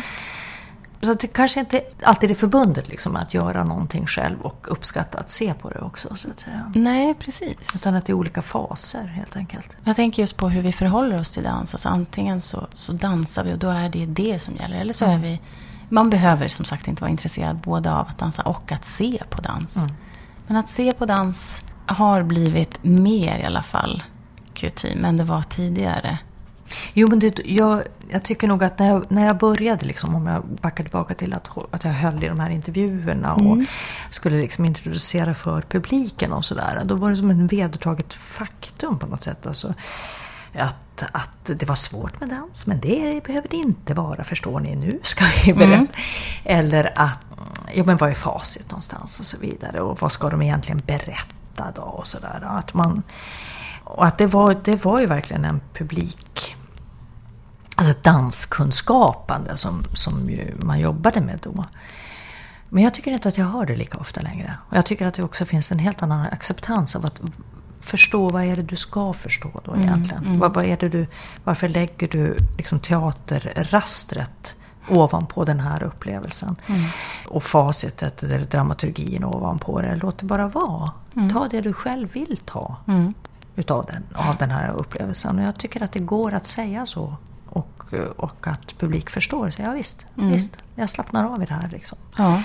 Så det kanske inte alltid är förbundet liksom att göra någonting själv och uppskatta att se på det också, så att säga. Nej, precis. Utan att det är olika faser helt enkelt. Jag tänker just på hur vi förhåller oss till dans. Alltså antingen så, så dansar vi och då är det det som gäller. Eller så mm. är vi... Man behöver som sagt inte vara intresserad både av att dansa och att se på dans. Mm. Men att se på dans har blivit mer i alla fall kutym än det var tidigare. Jo, men det, jag, jag tycker nog att när jag, när jag började, liksom, om jag backar tillbaka till att, att jag höll i de här intervjuerna mm. och skulle liksom introducera för publiken och sådär, då var det som en vedertaget faktum på något sätt. Alltså, att, att det var svårt med dans, men det behöver det inte vara, förstår ni, nu ska vi berätta. Mm. Eller att, ja men vad är facit någonstans och så vidare, och vad ska de egentligen berätta då och sådär. Att man... Och att det var, det var ju verkligen en publik, alltså ett danskunskapande som, som ju man jobbade med då. Men jag tycker inte att jag hör det lika ofta längre. Och jag tycker att det också finns en helt annan acceptans av att förstå vad är det du ska förstå då egentligen. Mm, mm. Vad, vad är det du, varför lägger du liksom teaterrastret ovanpå den här upplevelsen. Mm. Och facitet eller dramaturgin ovanpå det. Låt det bara vara. Mm. Ta det du själv vill ta. Mm. Utav den, av den här upplevelsen. Och jag tycker att det går att säga så. Och, och att publik förstår sig. Ja visst, mm. visst, jag slappnar av i det här liksom. Ja.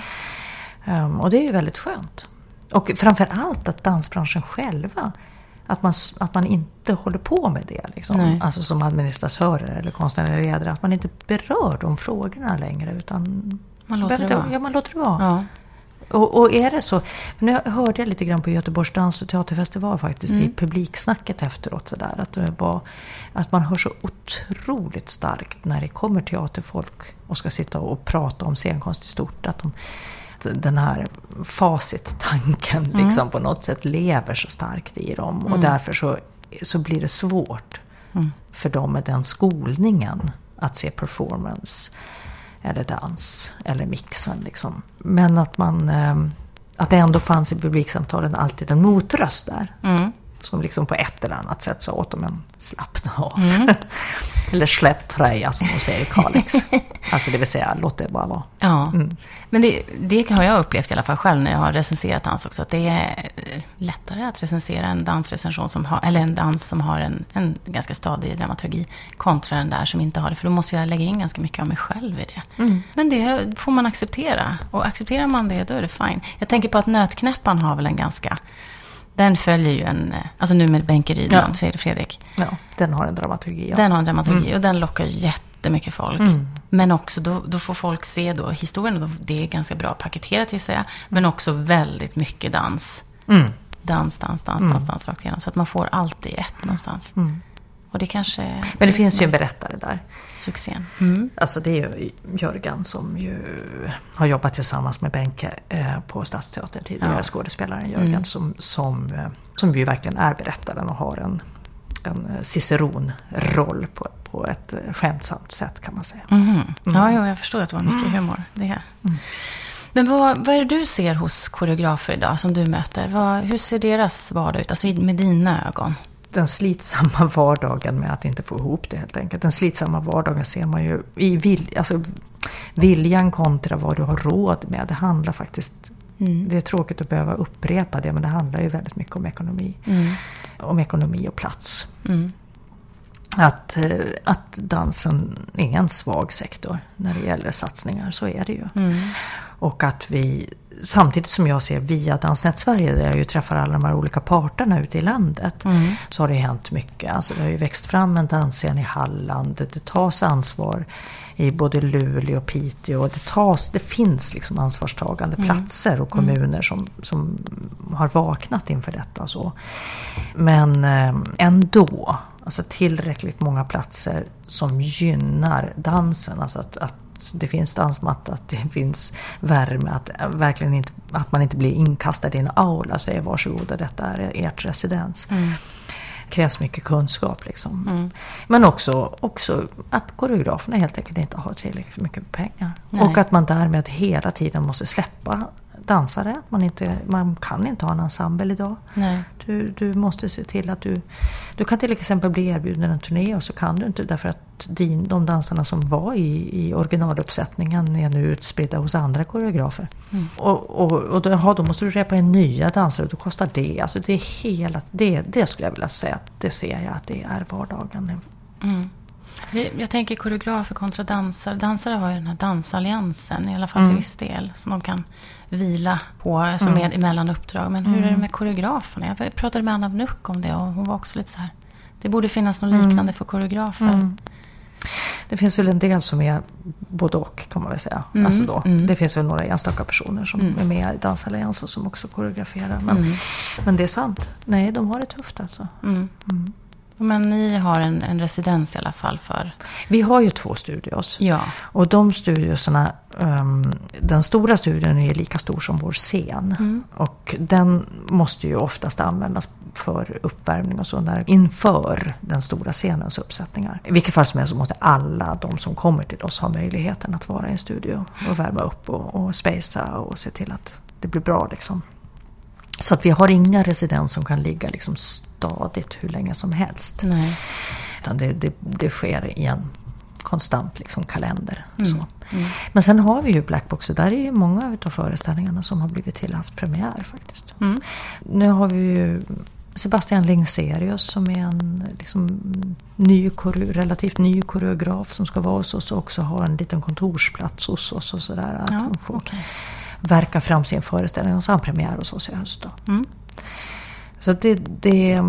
Um, och det är ju väldigt skönt. Och framförallt att dansbranschen själva, att man, att man inte håller på med det liksom. Alltså som administratörer eller konstnärliga ledare, att man inte berör de frågorna längre, utan man låter det vara. Ja, man låter det vara. Ja. Och, och är det så, nu hörde jag lite grann på Göteborgs dans- och teaterfestival faktiskt, mm. i publiksnacket efteråt så där, att det var, att man hör så otroligt starkt när det kommer teaterfolk och ska sitta och prata om scenkonst i stort, att de, den här facit-tanken mm. liksom på något sätt lever så starkt i dem, mm. och därför så, så blir det svårt mm. för dem med den skolningen att se performance eller dans eller mixen liksom. Men att man att det ändå fanns i publiksamtalen alltid en motröst där. Mm. Som liksom på ett eller annat sätt sa åt dem en slappna av. Mm. Eller släpp tröja som de säger i Kalix. Alltså det vill säga, låt det bara vara. Ja. Mm. Men det, det har jag upplevt i alla fall själv när jag har recenserat dans också. Att det är lättare att recensera en dansrecension som har, eller en dans som har en, en ganska stadig dramaturgi kontra den där som inte har det. För då måste jag lägga in ganska mycket av mig själv i det. Mm. Men det får man acceptera. Och accepterar man det, då är det fine. Jag tänker på att Nötknäppan har väl en ganska... Den följer ju en... Alltså nu med Bänkeridman, ja. Fredrik. Ja, den har en dramaturgi. Ja. Den har en dramaturgi mm. och den lockar ju jättemycket folk. Mm. Men också då, då får folk se då historien. Och då, det är ganska bra paketerat till sig. Men också väldigt mycket dans. Mm. Dans, dans, dans, mm. dans, dans rakt igenom. Så att man får allt i ett någonstans. Mm. Och det kanske... Men det, det finns ju en berättare där. Succén. Mm. Alltså det är ju Jörgen som ju har jobbat tillsammans med Benke eh, på Stadsteatern tidigare, ja. Skådespelaren Jörgen mm. som, som, eh, som ju verkligen är berättaren och har en, en Ciceron-roll på, på ett skämtsamt sätt kan man säga. Mm. Mm. Ja, jo, jag förstår att det var mycket mm. humor det här. Mm. Men vad, vad är det du ser hos koreografer idag som du möter? Vad, hur ser deras vardag ut, alltså med dina ögon? Den slitsamma vardagen med att inte få ihop det helt enkelt. Den slitsamma vardagen ser man ju i vil, alltså, viljan kontra vad du har råd med. Det handlar faktiskt, mm. det är tråkigt att behöva upprepa det, men det handlar ju väldigt mycket om ekonomi. Mm. Om ekonomi och plats. Mm. Att, att dansen är en svag sektor när det gäller satsningar, så är det ju. Mm. Och att vi, samtidigt som jag ser via Dansnät Sverige, där jag ju träffar alla de här olika parterna ute i landet, mm. så har det hänt mycket. Alltså det har ju växt fram en dansscen i Halland, det tas ansvar i både Luleå och Piteå, och det, tas, det finns liksom ansvarstagande mm. platser och kommuner mm. som, som har vaknat inför detta. Så. Men eh, ändå, alltså tillräckligt många platser som gynnar dansen, alltså att, att det finns dansmatta, att det finns värme, att, verkligen inte, att man inte blir inkastad i en aula och säger varsågoda, detta är ert residens. Mm. Krävs mycket kunskap liksom. Mm. Men också, också att koreograferna helt enkelt inte har tillräckligt mycket pengar. Nej. Och att man därmed hela tiden måste släppa dansare. Man, inte, man kan inte ha en ensemble idag. Nej. Du, du måste se till att du... Du kan till exempel bli erbjuden en turné, och så kan du inte, därför att din, de dansarna som var i, i originaluppsättningen är nu utspridda hos andra koreografer. Mm. Och, och, och då, då måste du repa en nya dansare, och då kostar det. Alltså det är hela... Det, det skulle jag vilja säga, det ser jag att det är vardagen. Mm. Jag tänker koreografer kontra dansare. Dansare har ju den här dansalliansen, i alla fall till mm. viss del, som de kan vila på som mm. är emellan uppdrag. Men hur mm. är det med koreograferna? Jag pratade med Anna Vnuck om det, och hon var också lite så här: det borde finnas något liknande mm. för koreografer. Mm. Det finns väl en del som är både och, kan man väl säga. Mm. Alltså då. Mm. Det finns väl några enstaka personer som mm. är med i dansalliansen som också koreograferar. Men, mm. men det är sant. Nej, de har det tufft alltså. Mm. Mm. Men ni har en, en residens i alla fall för... Vi har ju två studios. Ja. Och de studiosarna, um, den stora studion är lika stor som vår scen. Mm. Och den måste ju oftast användas för uppvärmning och så där inför den stora scenens uppsättningar. I vilket fall som helst så måste alla de som kommer till oss ha möjligheten att vara i en studio och värma upp och, och spacea och se till att det blir bra liksom. Så att vi har inga residens som kan ligga liksom stadigt hur länge som helst. Nej. Utan det, det, det sker i en konstant liksom kalender. Mm. Så. Mm. Men sen har vi ju Blackbox, och där är ju många av föreställningarna som har blivit till haft premiär faktiskt. Mm. Nu har vi ju Sebastian Lingserius som är en liksom, ny, relativt ny koreograf som ska vara hos oss och också ha en liten kontorsplats hos oss och sådär. Att ja, får okay. verka fram sin föreställning, och så har han premiär hos oss i höst då. Mm. Så det, det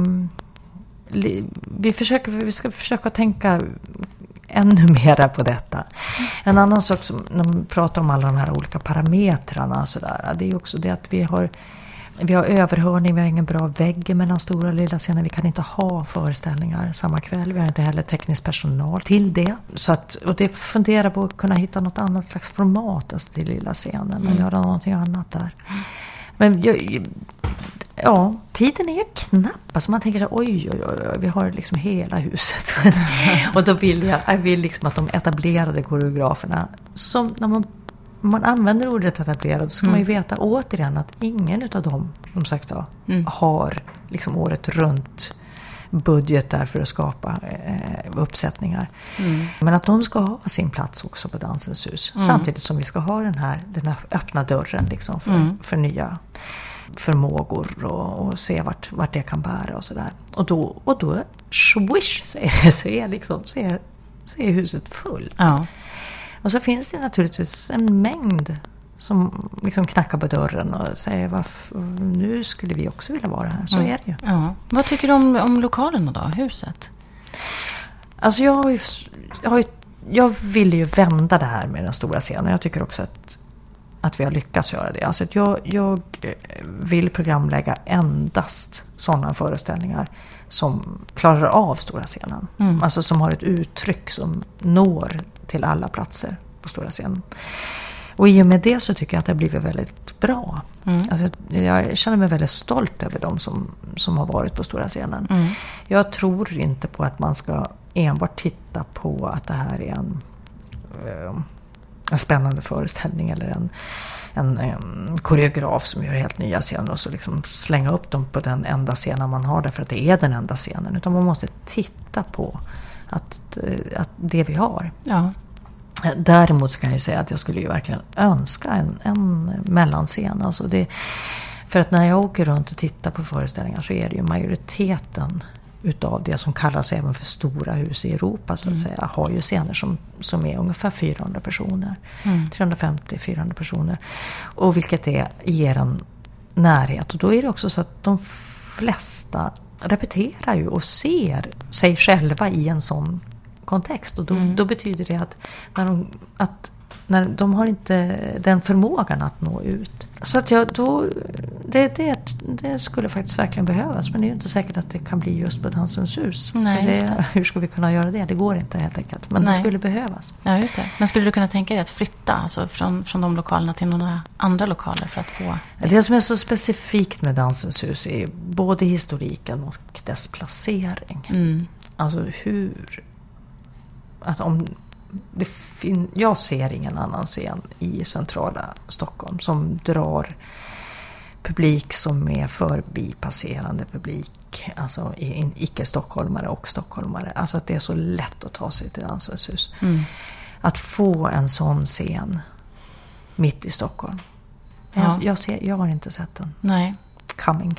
vi, försöker, vi ska försöka tänka ännu mera på detta. Mm. En annan sak som, när man pratar om alla de här olika parametrarna så där, det är ju också det att vi har Vi har överhörning, vi har ingen bra vägg mellan stora och lilla scener. Vi kan inte ha föreställningar samma kväll. Vi har inte heller teknisk personal till det. Så att, och det funderar på att kunna hitta något annat slags format alltså till lilla scenen och mm. göra någonting annat där. Men jag, ja, tiden är ju knapp. Alltså man tänker så oj, oj, oj, vi har liksom hela huset. Och då vill jag, jag vill liksom att de etablerade koreograferna, som när man man använder ordet etablerad, så ska mm. man ju veta återigen att ingen av dem, som sagt då, mm. har liksom året runt budget där för att skapa eh, uppsättningar. Mm. Men att de ska ha sin plats också på Dansens hus. Mm. Samtidigt som vi ska ha den här, den här öppna dörren liksom för, mm. för nya förmågor och, och se vart, vart det kan bära och sådär. Och då, och då swish, säger, så, är liksom, så, är, så är huset fullt. Ja. Och så finns det naturligtvis en mängd som liksom knackar på dörren och säger varför, nu skulle vi också vilja vara här. Så mm. är det ju. Ja. Vad tycker du om, om lokalerna då, huset? Alltså jag, har ju, jag, har ju, jag ville ju vända det här med den stora scenen. Jag tycker också att att vi har lyckats göra det. Alltså att jag, jag vill programlägga endast sådana föreställningar som klarar av stora scenen. Mm. Alltså som har ett uttryck som når till alla platser på stora scenen. Och i och med det så tycker jag att det har blivit väldigt bra. Mm. Alltså jag känner mig väldigt stolt över dem som, som har varit på stora scenen. Mm. Jag tror inte på att man ska enbart titta på att det här är en, en spännande föreställning eller en, en, en koreograf som gör helt nya scener och så liksom slänga upp dem på den enda scenen man har därför att det är den enda scenen. Utan man måste titta på att, att det vi har. Ja. Däremot så kan jag ju säga att jag skulle ju verkligen önska en, en mellanscen. Alltså det, för att när jag åker runt och tittar på föreställningar så är det ju majoriteten utav det som kallas även för stora hus i Europa så att mm. säga, har ju scener som, som är ungefär fyrahundra personer. Mm. trehundrafemtio till fyrahundra personer. Och vilket är, ger en närhet. Och då är det också så att de flesta repeterar ju och ser sig själva i en sån kontext. Och då, mm. då betyder det att, när de, att när de har inte den förmågan att nå ut. Så att jag då, det, det, det skulle faktiskt verkligen behövas. Men det är ju inte säkert att det kan bli just på Dansens hus. Nej, det, just det. Hur ska vi kunna göra det? Det går inte helt enkelt. Men Nej. det skulle behövas. Ja, just det. Men skulle du kunna tänka dig att flytta alltså från, från de lokalerna till några andra lokaler för att få det? Det som är så specifikt med Dansens hus är både historiken och dess placering. Mm. Alltså hur... Att om det fin- jag ser ingen annan scen i centrala Stockholm som drar publik som är förbipasserande publik, alltså icke-stockholmare och stockholmare. Alltså att det är så lätt att ta sig till Dansens hus. Mm. Att få en sån scen mitt i Stockholm. Ja. Jag, jag, ser, jag har inte sett den. Nej. Coming.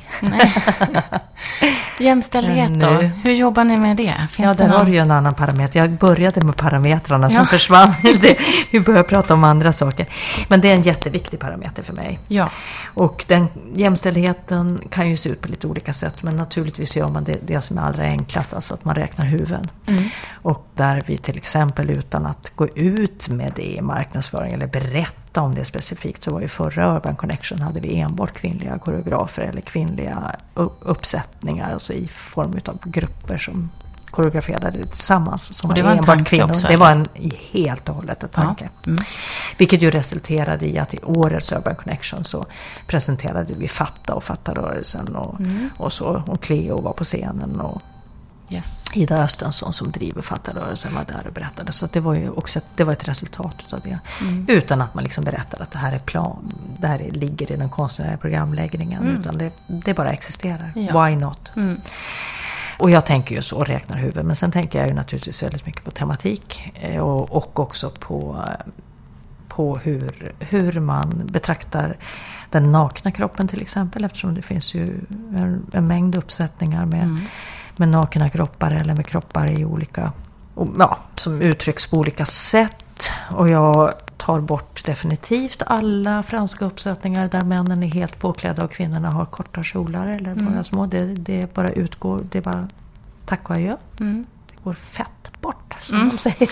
Jämställdhet då? Hur jobbar ni med det? Finns ja, där någon... har du ju en annan parameter. Jag började med parametrarna som ja. försvann. Vi börjar prata om andra saker. Men det är en jätteviktig parameter för mig. Ja. Och den jämställdheten kan ju se ut på lite olika sätt. Men naturligtvis gör man det, det som är allra enklast. Alltså att man räknar huvuden. Mm. Och där vi till exempel utan att gå ut med det i marknadsföring eller berätta om det specifikt, så var ju förra Urban Connection hade vi enbart kvinnliga koreografer eller kvinnliga uppsättningar, alltså i form av grupper som koreograferade tillsammans som och det var, var enbart en kvinnor. Också, det var en helt och hållet en tanke. Ja. Mm. Vilket ju resulterade i att i årets Urban Connection så presenterade vi Fatta och Fattarörelsen och, mm. och så, och Cleo var på scenen och yes. Ida Östensson som driver Fattarörelsen var där och berättade. Så att det var ju också ett, det var ett resultat av det. Mm. Utan att man liksom berättade att det här är plan. Det här är, ligger i den konstnärliga programläggningen. Mm. Utan det, det bara existerar. Ja. Why not? Mm. Och jag tänker ju så och räknar huvud. Men sen tänker jag ju naturligtvis väldigt mycket på tematik. Och, och också på, på hur, hur man betraktar den nakna kroppen till exempel. Eftersom det finns ju en, en mängd uppsättningar med... Mm. med nakna kroppar eller med kroppar i olika, ja, som uttrycks på olika sätt. Och jag tar bort definitivt alla franska uppsättningar där männen är helt påklädda och kvinnorna har korta kjolar eller bara mm. små. Det, det bara utgår, det är bara tack och adjö. Mm. Det går fett bort, som mm. de säger.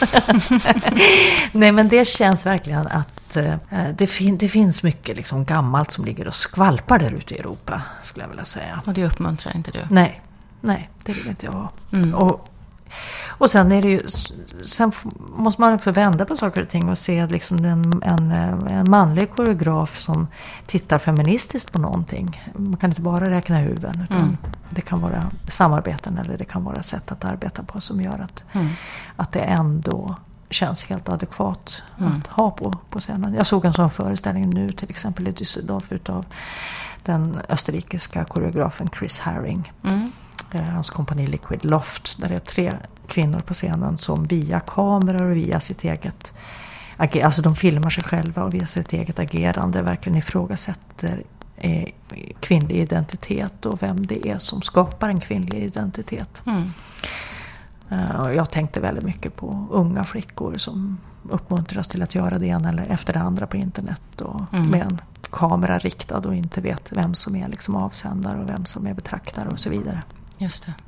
Nej, men det känns verkligen att eh, det, fin- det finns mycket liksom gammalt som ligger och skvalpar där ute i Europa, skulle jag vilja säga. Och det uppmuntrar inte du? Nej. Nej, det vill inte jag ha. Mm. Och, och sen är det ju, sen måste man också vända på saker och ting och se liksom en, en, en manlig koreograf som tittar feministiskt på någonting. Man kan inte bara räkna huvuden, utan mm. det kan vara samarbeten eller det kan vara sätt att arbeta på som gör att, mm. att det ändå känns helt adekvat mm. att ha på, på scenen. Jag såg en sån föreställning nu till exempel i Düsseldorf utav den österrikiska koreografen Chris Haring. Mm. Hans kompani Liquid Loft, där det är tre kvinnor på scenen som via kameror och via sitt eget ager- alltså de filmar sig själva och via sitt eget agerande verkligen ifrågasätter eh, kvinnlig identitet och vem det är som skapar en kvinnlig identitet. Mm. Uh, och jag tänkte väldigt mycket på unga flickor som uppmuntras till att göra det ena eller efter det andra på internet och mm. med en kamera riktad och inte vet vem som är liksom avsändare och vem som är betraktare och så vidare. Just det.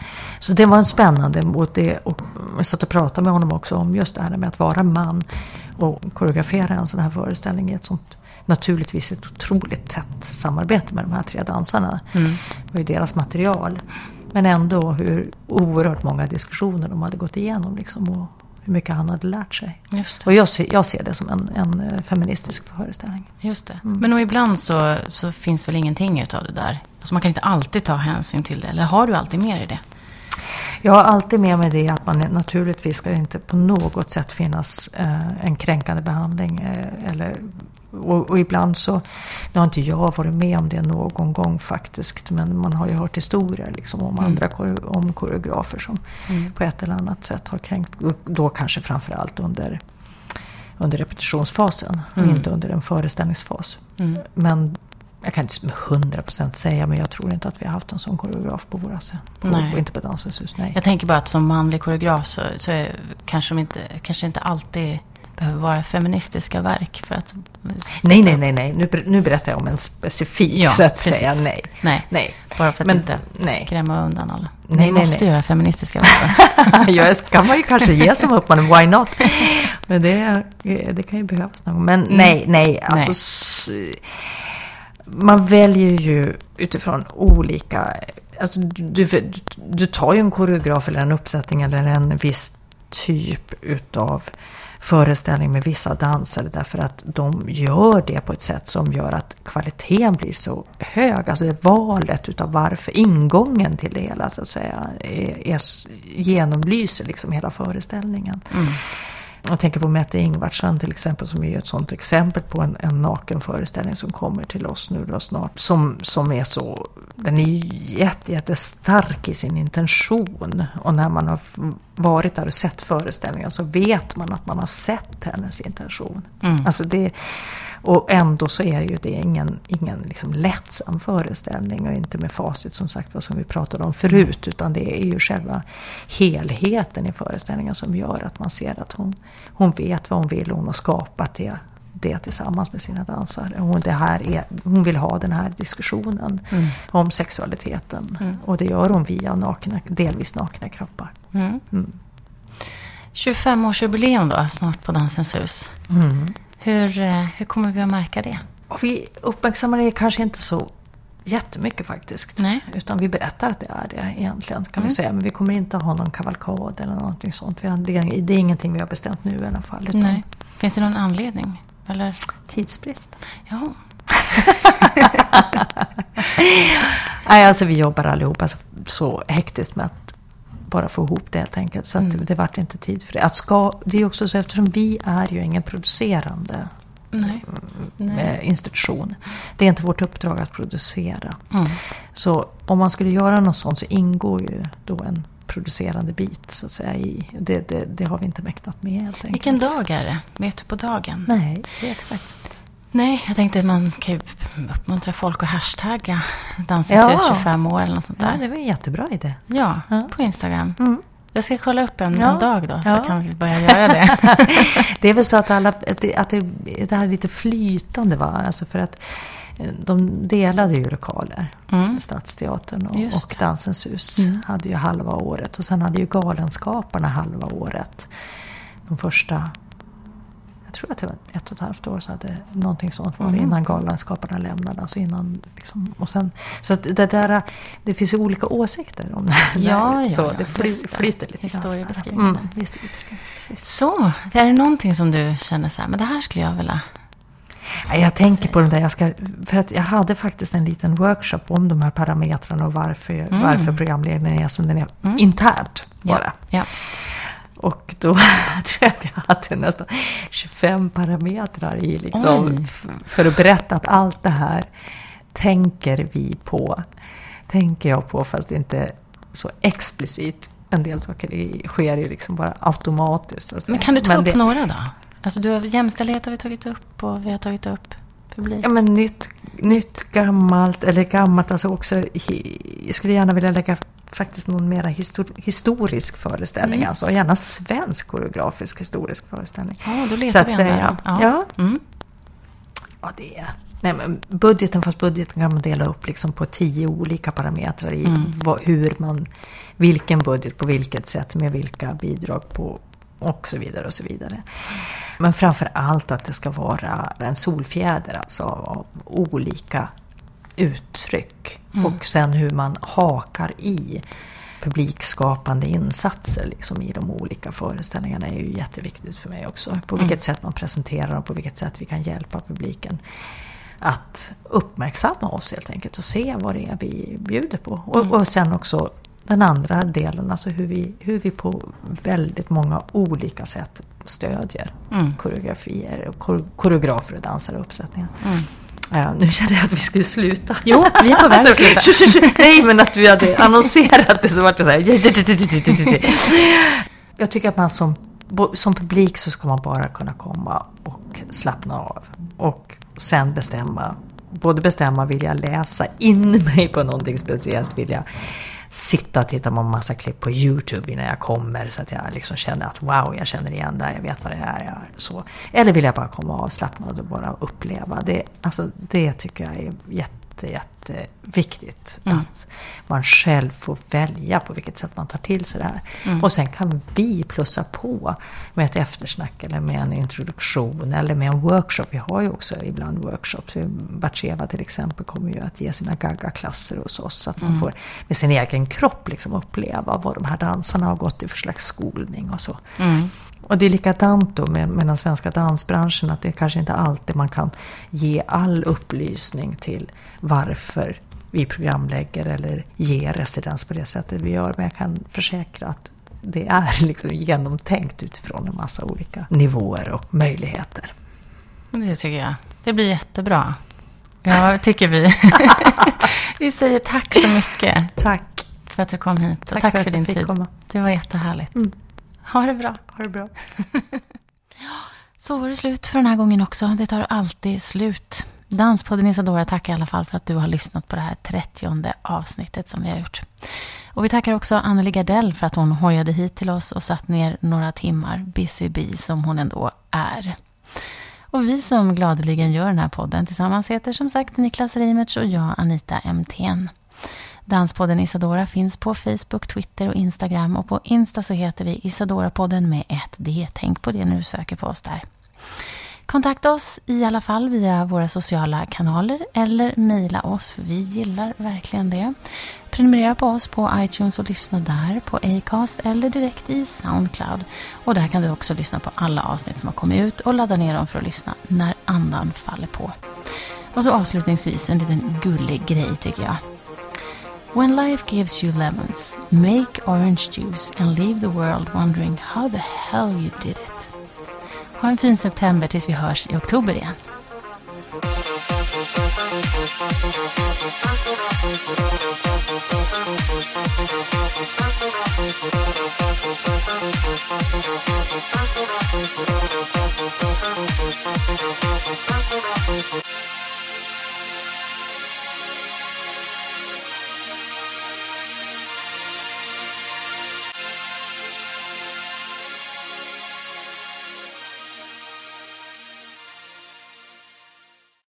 Så det var en spännande och, det, och jag satt och pratade med honom också om just det här med att vara man Och koreografera en sån här föreställning är ett sånt naturligtvis ett otroligt tätt samarbete med de här tre dansarna. Mm. Det var ju deras material. Men ändå hur oerhört många diskussioner de hade gått igenom liksom, och hur mycket han hade lärt sig. Just det. Och jag ser, jag ser det som en, en feministisk föreställning. Just det. Mm. Men och ibland så, så finns väl ingenting utav det där. Alltså man kan inte alltid ta hänsyn till det. Eller har du alltid med dig det? Jag har alltid med mig det att man naturligtvis ska inte på något sätt finnas eh, en kränkande behandling. Eh, eller, och, och ibland så, nu har inte jag varit med om det någon gång faktiskt. Men man har ju hört historier liksom, om mm. andra om koreografer som mm. på ett eller annat sätt har kränkt. Då kanske framförallt under, under repetitionsfasen mm. och inte under en föreställningsfas. Mm. Men jag kan inte med hundra procent säga, men jag tror inte att vi har haft en sån koreograf på våra scen. På, inte på Dansens hus, nej. Jag tänker bara att som manlig koreograf så, så är, kanske de inte, kanske inte alltid behöver vara feministiska verk för att... Nej, nej, nej, nej. Nu, nu berättar jag om en specifik, ja, så att precis. säga nej. nej. Nej. Bara för att men, inte nej. skrämma undan alla. Nej, Ni nej, måste nej. göra feministiska verk. Ja, kan man ju kanske ge som uppmaning, why not? Men det, det kan ju behövas någon gång. Men mm. nej, nej, alltså... Nej. S- man väljer ju utifrån olika... Alltså du, du, du tar ju en koreograf eller en uppsättning eller en viss typ utav föreställning med vissa dansare därför att de gör det på ett sätt som gör att kvaliteten blir så hög. Alltså det valet utav varför, ingången till det hela så att säga, är, är, genomlyser liksom hela föreställningen. Mm. Jag tänker på Mette Ingvartsen till exempel som är ett sånt exempel på en, en naken föreställning som kommer till oss nu då snart. Som, som är så, den är jätte, jättestark i sin intention. Och när man har varit där och sett föreställningen så vet man att man har sett hennes intention. Mm. Alltså det, och ändå så är ju det ingen, ingen liksom lättsam föreställning och inte med facit som sagt vad som vi pratade om förut, utan det är ju själva helheten i föreställningen som gör att man ser att hon, hon vet vad hon vill och hon har skapat det, det tillsammans med sina dansare. Hon, det här är, hon vill ha den här diskussionen mm. om sexualiteten mm. och det gör hon via nakna, delvis nakna kroppar. Mm. Mm. tjugofem-årsjubileum då, snart på Dansens hus. Mm. Hur, hur kommer vi att märka det? Och vi uppmärksammar det kanske inte så jättemycket faktiskt. Nej. Utan vi berättar att det är det egentligen kan mm. vi säga. Men vi kommer inte ha någon kavalkad eller någonting sånt. Vi har, det, är, det är ingenting vi har bestämt nu i alla fall. Utan Nej. Finns det någon anledning? Eller? Tidsbrist. Ja. Nej, alltså vi jobbar allihopa så, så hektiskt med att bara få ihop det helt enkelt. Så att mm. det vart inte tid för det. Att ska, det är också så eftersom vi är ju ingen producerande Nej. Nej. institution. Det är inte vårt uppdrag att producera. Mm. Så om man skulle göra något sånt så ingår ju då en producerande bit så att säga i. Det, det, det har vi inte mäktat med helt enkelt. Vilken dag är det? Vet du på dagen? Nej, det vet jag faktiskt inte. Nej, jag tänkte att man kan ju uppmuntra folk att hashtagga Dansens hus tjugofem år eller något sånt där. Ja, det var en jättebra idé. Ja, ja. på Instagram. Mm. Jag ska kolla upp en, ja. en dag då, så ja. kan vi börja göra det. Det är väl så att, alla, att, det, att det, det här är lite flytande va? Alltså för att de delade ju lokaler. Mm. Stadsteatern och, och Dansens hus mm. hade ju halva året. Och sen hade ju Galenskaparna halva året. De första... Jag tror att det var ett och ett halvt år så hade någonting sånt var mm. innan Galenskaparna lämnade. Alltså innan, liksom, och sen, så att det, där, det finns ju olika åsikter om det här. Ja, ja, så ja, det fly, flyter lite. Historiebeskrivningen. Mm, historiebeskrivning. Så, är det någonting som du känner så här, men det här skulle jag vilja... Ja, jag tänker på de där, jag ska, för att jag hade faktiskt en liten workshop om de här parametrarna och varför, mm. varför programledningen är som den är mm. internt bara. Ja, ja. Och då tror jag att jag hade nästan tjugofem parametrar i liksom, f- för att berätta att allt det här tänker vi på. Tänker jag på fast inte så explicit. En del saker sker ju liksom bara automatiskt. Alltså. Men kan du ta men upp det, några då? Alltså du har, jämställdhet har vi tagit upp och vi har tagit upp publik. Ja men nytt, nytt gammalt eller gammalt alltså också. Jag skulle gärna vilja lägga faktiskt någon mera histor- historisk föreställning. Mm. Alltså gärna svensk koreografisk historisk föreställning. Ja, då letar så att vi säga. Ja. Ja. Mm. Ja, det är... Nej, men budgeten, fast budgeten kan man dela upp liksom på tio olika parametrar i mm. vad, hur man, vilken budget på vilket sätt med vilka bidrag på och så vidare och så vidare. Men framför allt att det ska vara en solfjäder, alltså av olika uttryck. Mm. Och sen hur man hakar i publikskapande insatser liksom i de olika föreställningarna är ju jätteviktigt för mig också. På vilket mm. sätt man presenterar och på vilket sätt vi kan hjälpa publiken att uppmärksamma oss helt enkelt och se vad det är vi bjuder på. Och, mm. och sen också den andra delen, alltså hur vi, hur vi på väldigt många olika sätt stödjer mm. koreografier och kor- koreografer och dansare och uppsättningar. Mm. Ja, nu kände jag att vi skulle sluta. Jo, vi är på väg att sluta. Nej, men att vi hade annonserat det så var det så här. Jag tycker att man som, som publik så ska man bara kunna komma och slappna av. Och sen bestämma, både bestämma, vill jag läsa in mig på någonting speciellt, vill jag sitta och titta på en massa klipp på YouTube innan jag kommer så att jag liksom känner att wow, jag känner igen det, jag vet vad det är, jag, så. Eller vill jag bara komma avslappnad och bara uppleva det. Alltså det tycker jag är jätte, jätte viktigt mm. att man själv får välja på vilket sätt man tar till sig det här. Mm. Och sen kan vi plussa på med ett eftersnack eller med en introduktion eller med en workshop. Vi har ju också ibland workshops. Batsheva till exempel kommer ju att ge sina Gaga-klasser hos oss så att man mm. får med sin egen kropp liksom uppleva vad de här dansarna har gått i för slags skolning och så. Mm. Och det är likadant då med, med den svenska dansbranschen, att det är kanske inte alltid man kan ge all upplysning till varför vi programlägger eller ger residens på det sättet vi gör. Men jag kan försäkra att det är liksom genomtänkt utifrån en massa olika nivåer och möjligheter. Det tycker jag. Det blir jättebra. Jag tycker vi. Vi säger tack så mycket. Tack. För att du kom hit. Och tack, tack för, för din tid. Komma. Det var jättehärligt. Mm. Ha det bra. Ha det bra. Så var det slut för den här gången också. Det tar alltid slut. Danspodden Isadora tackar i alla fall för att du har lyssnat på det här trettionde avsnittet som vi har gjort. Och vi tackar också Anneli Gardell för att hon hojade hit till oss och satt ner några timmar, busy bee som hon ändå är. Och vi som gladeligen gör den här podden tillsammans heter som sagt Niklas Reimertz och jag Anita M T N. Danspodden Isadora finns på Facebook, Twitter och Instagram, och på Insta så heter vi Isadora-podden med ett D. Tänk på det när du söker på oss där. Kontakta oss i alla fall via våra sociala kanaler eller mejla oss, för vi gillar verkligen det. Prenumerera på oss på iTunes och lyssna där, på Acast eller direkt i Soundcloud. Och där kan du också lyssna på alla avsnitt som har kommit ut och ladda ner dem för att lyssna när andan faller på. Och så avslutningsvis en liten gullig grej tycker jag. When life gives you lemons, make orange juice and leave the world wondering how the hell you did it. Ha en fin september tills vi hörs i oktober igen. We'll be right back.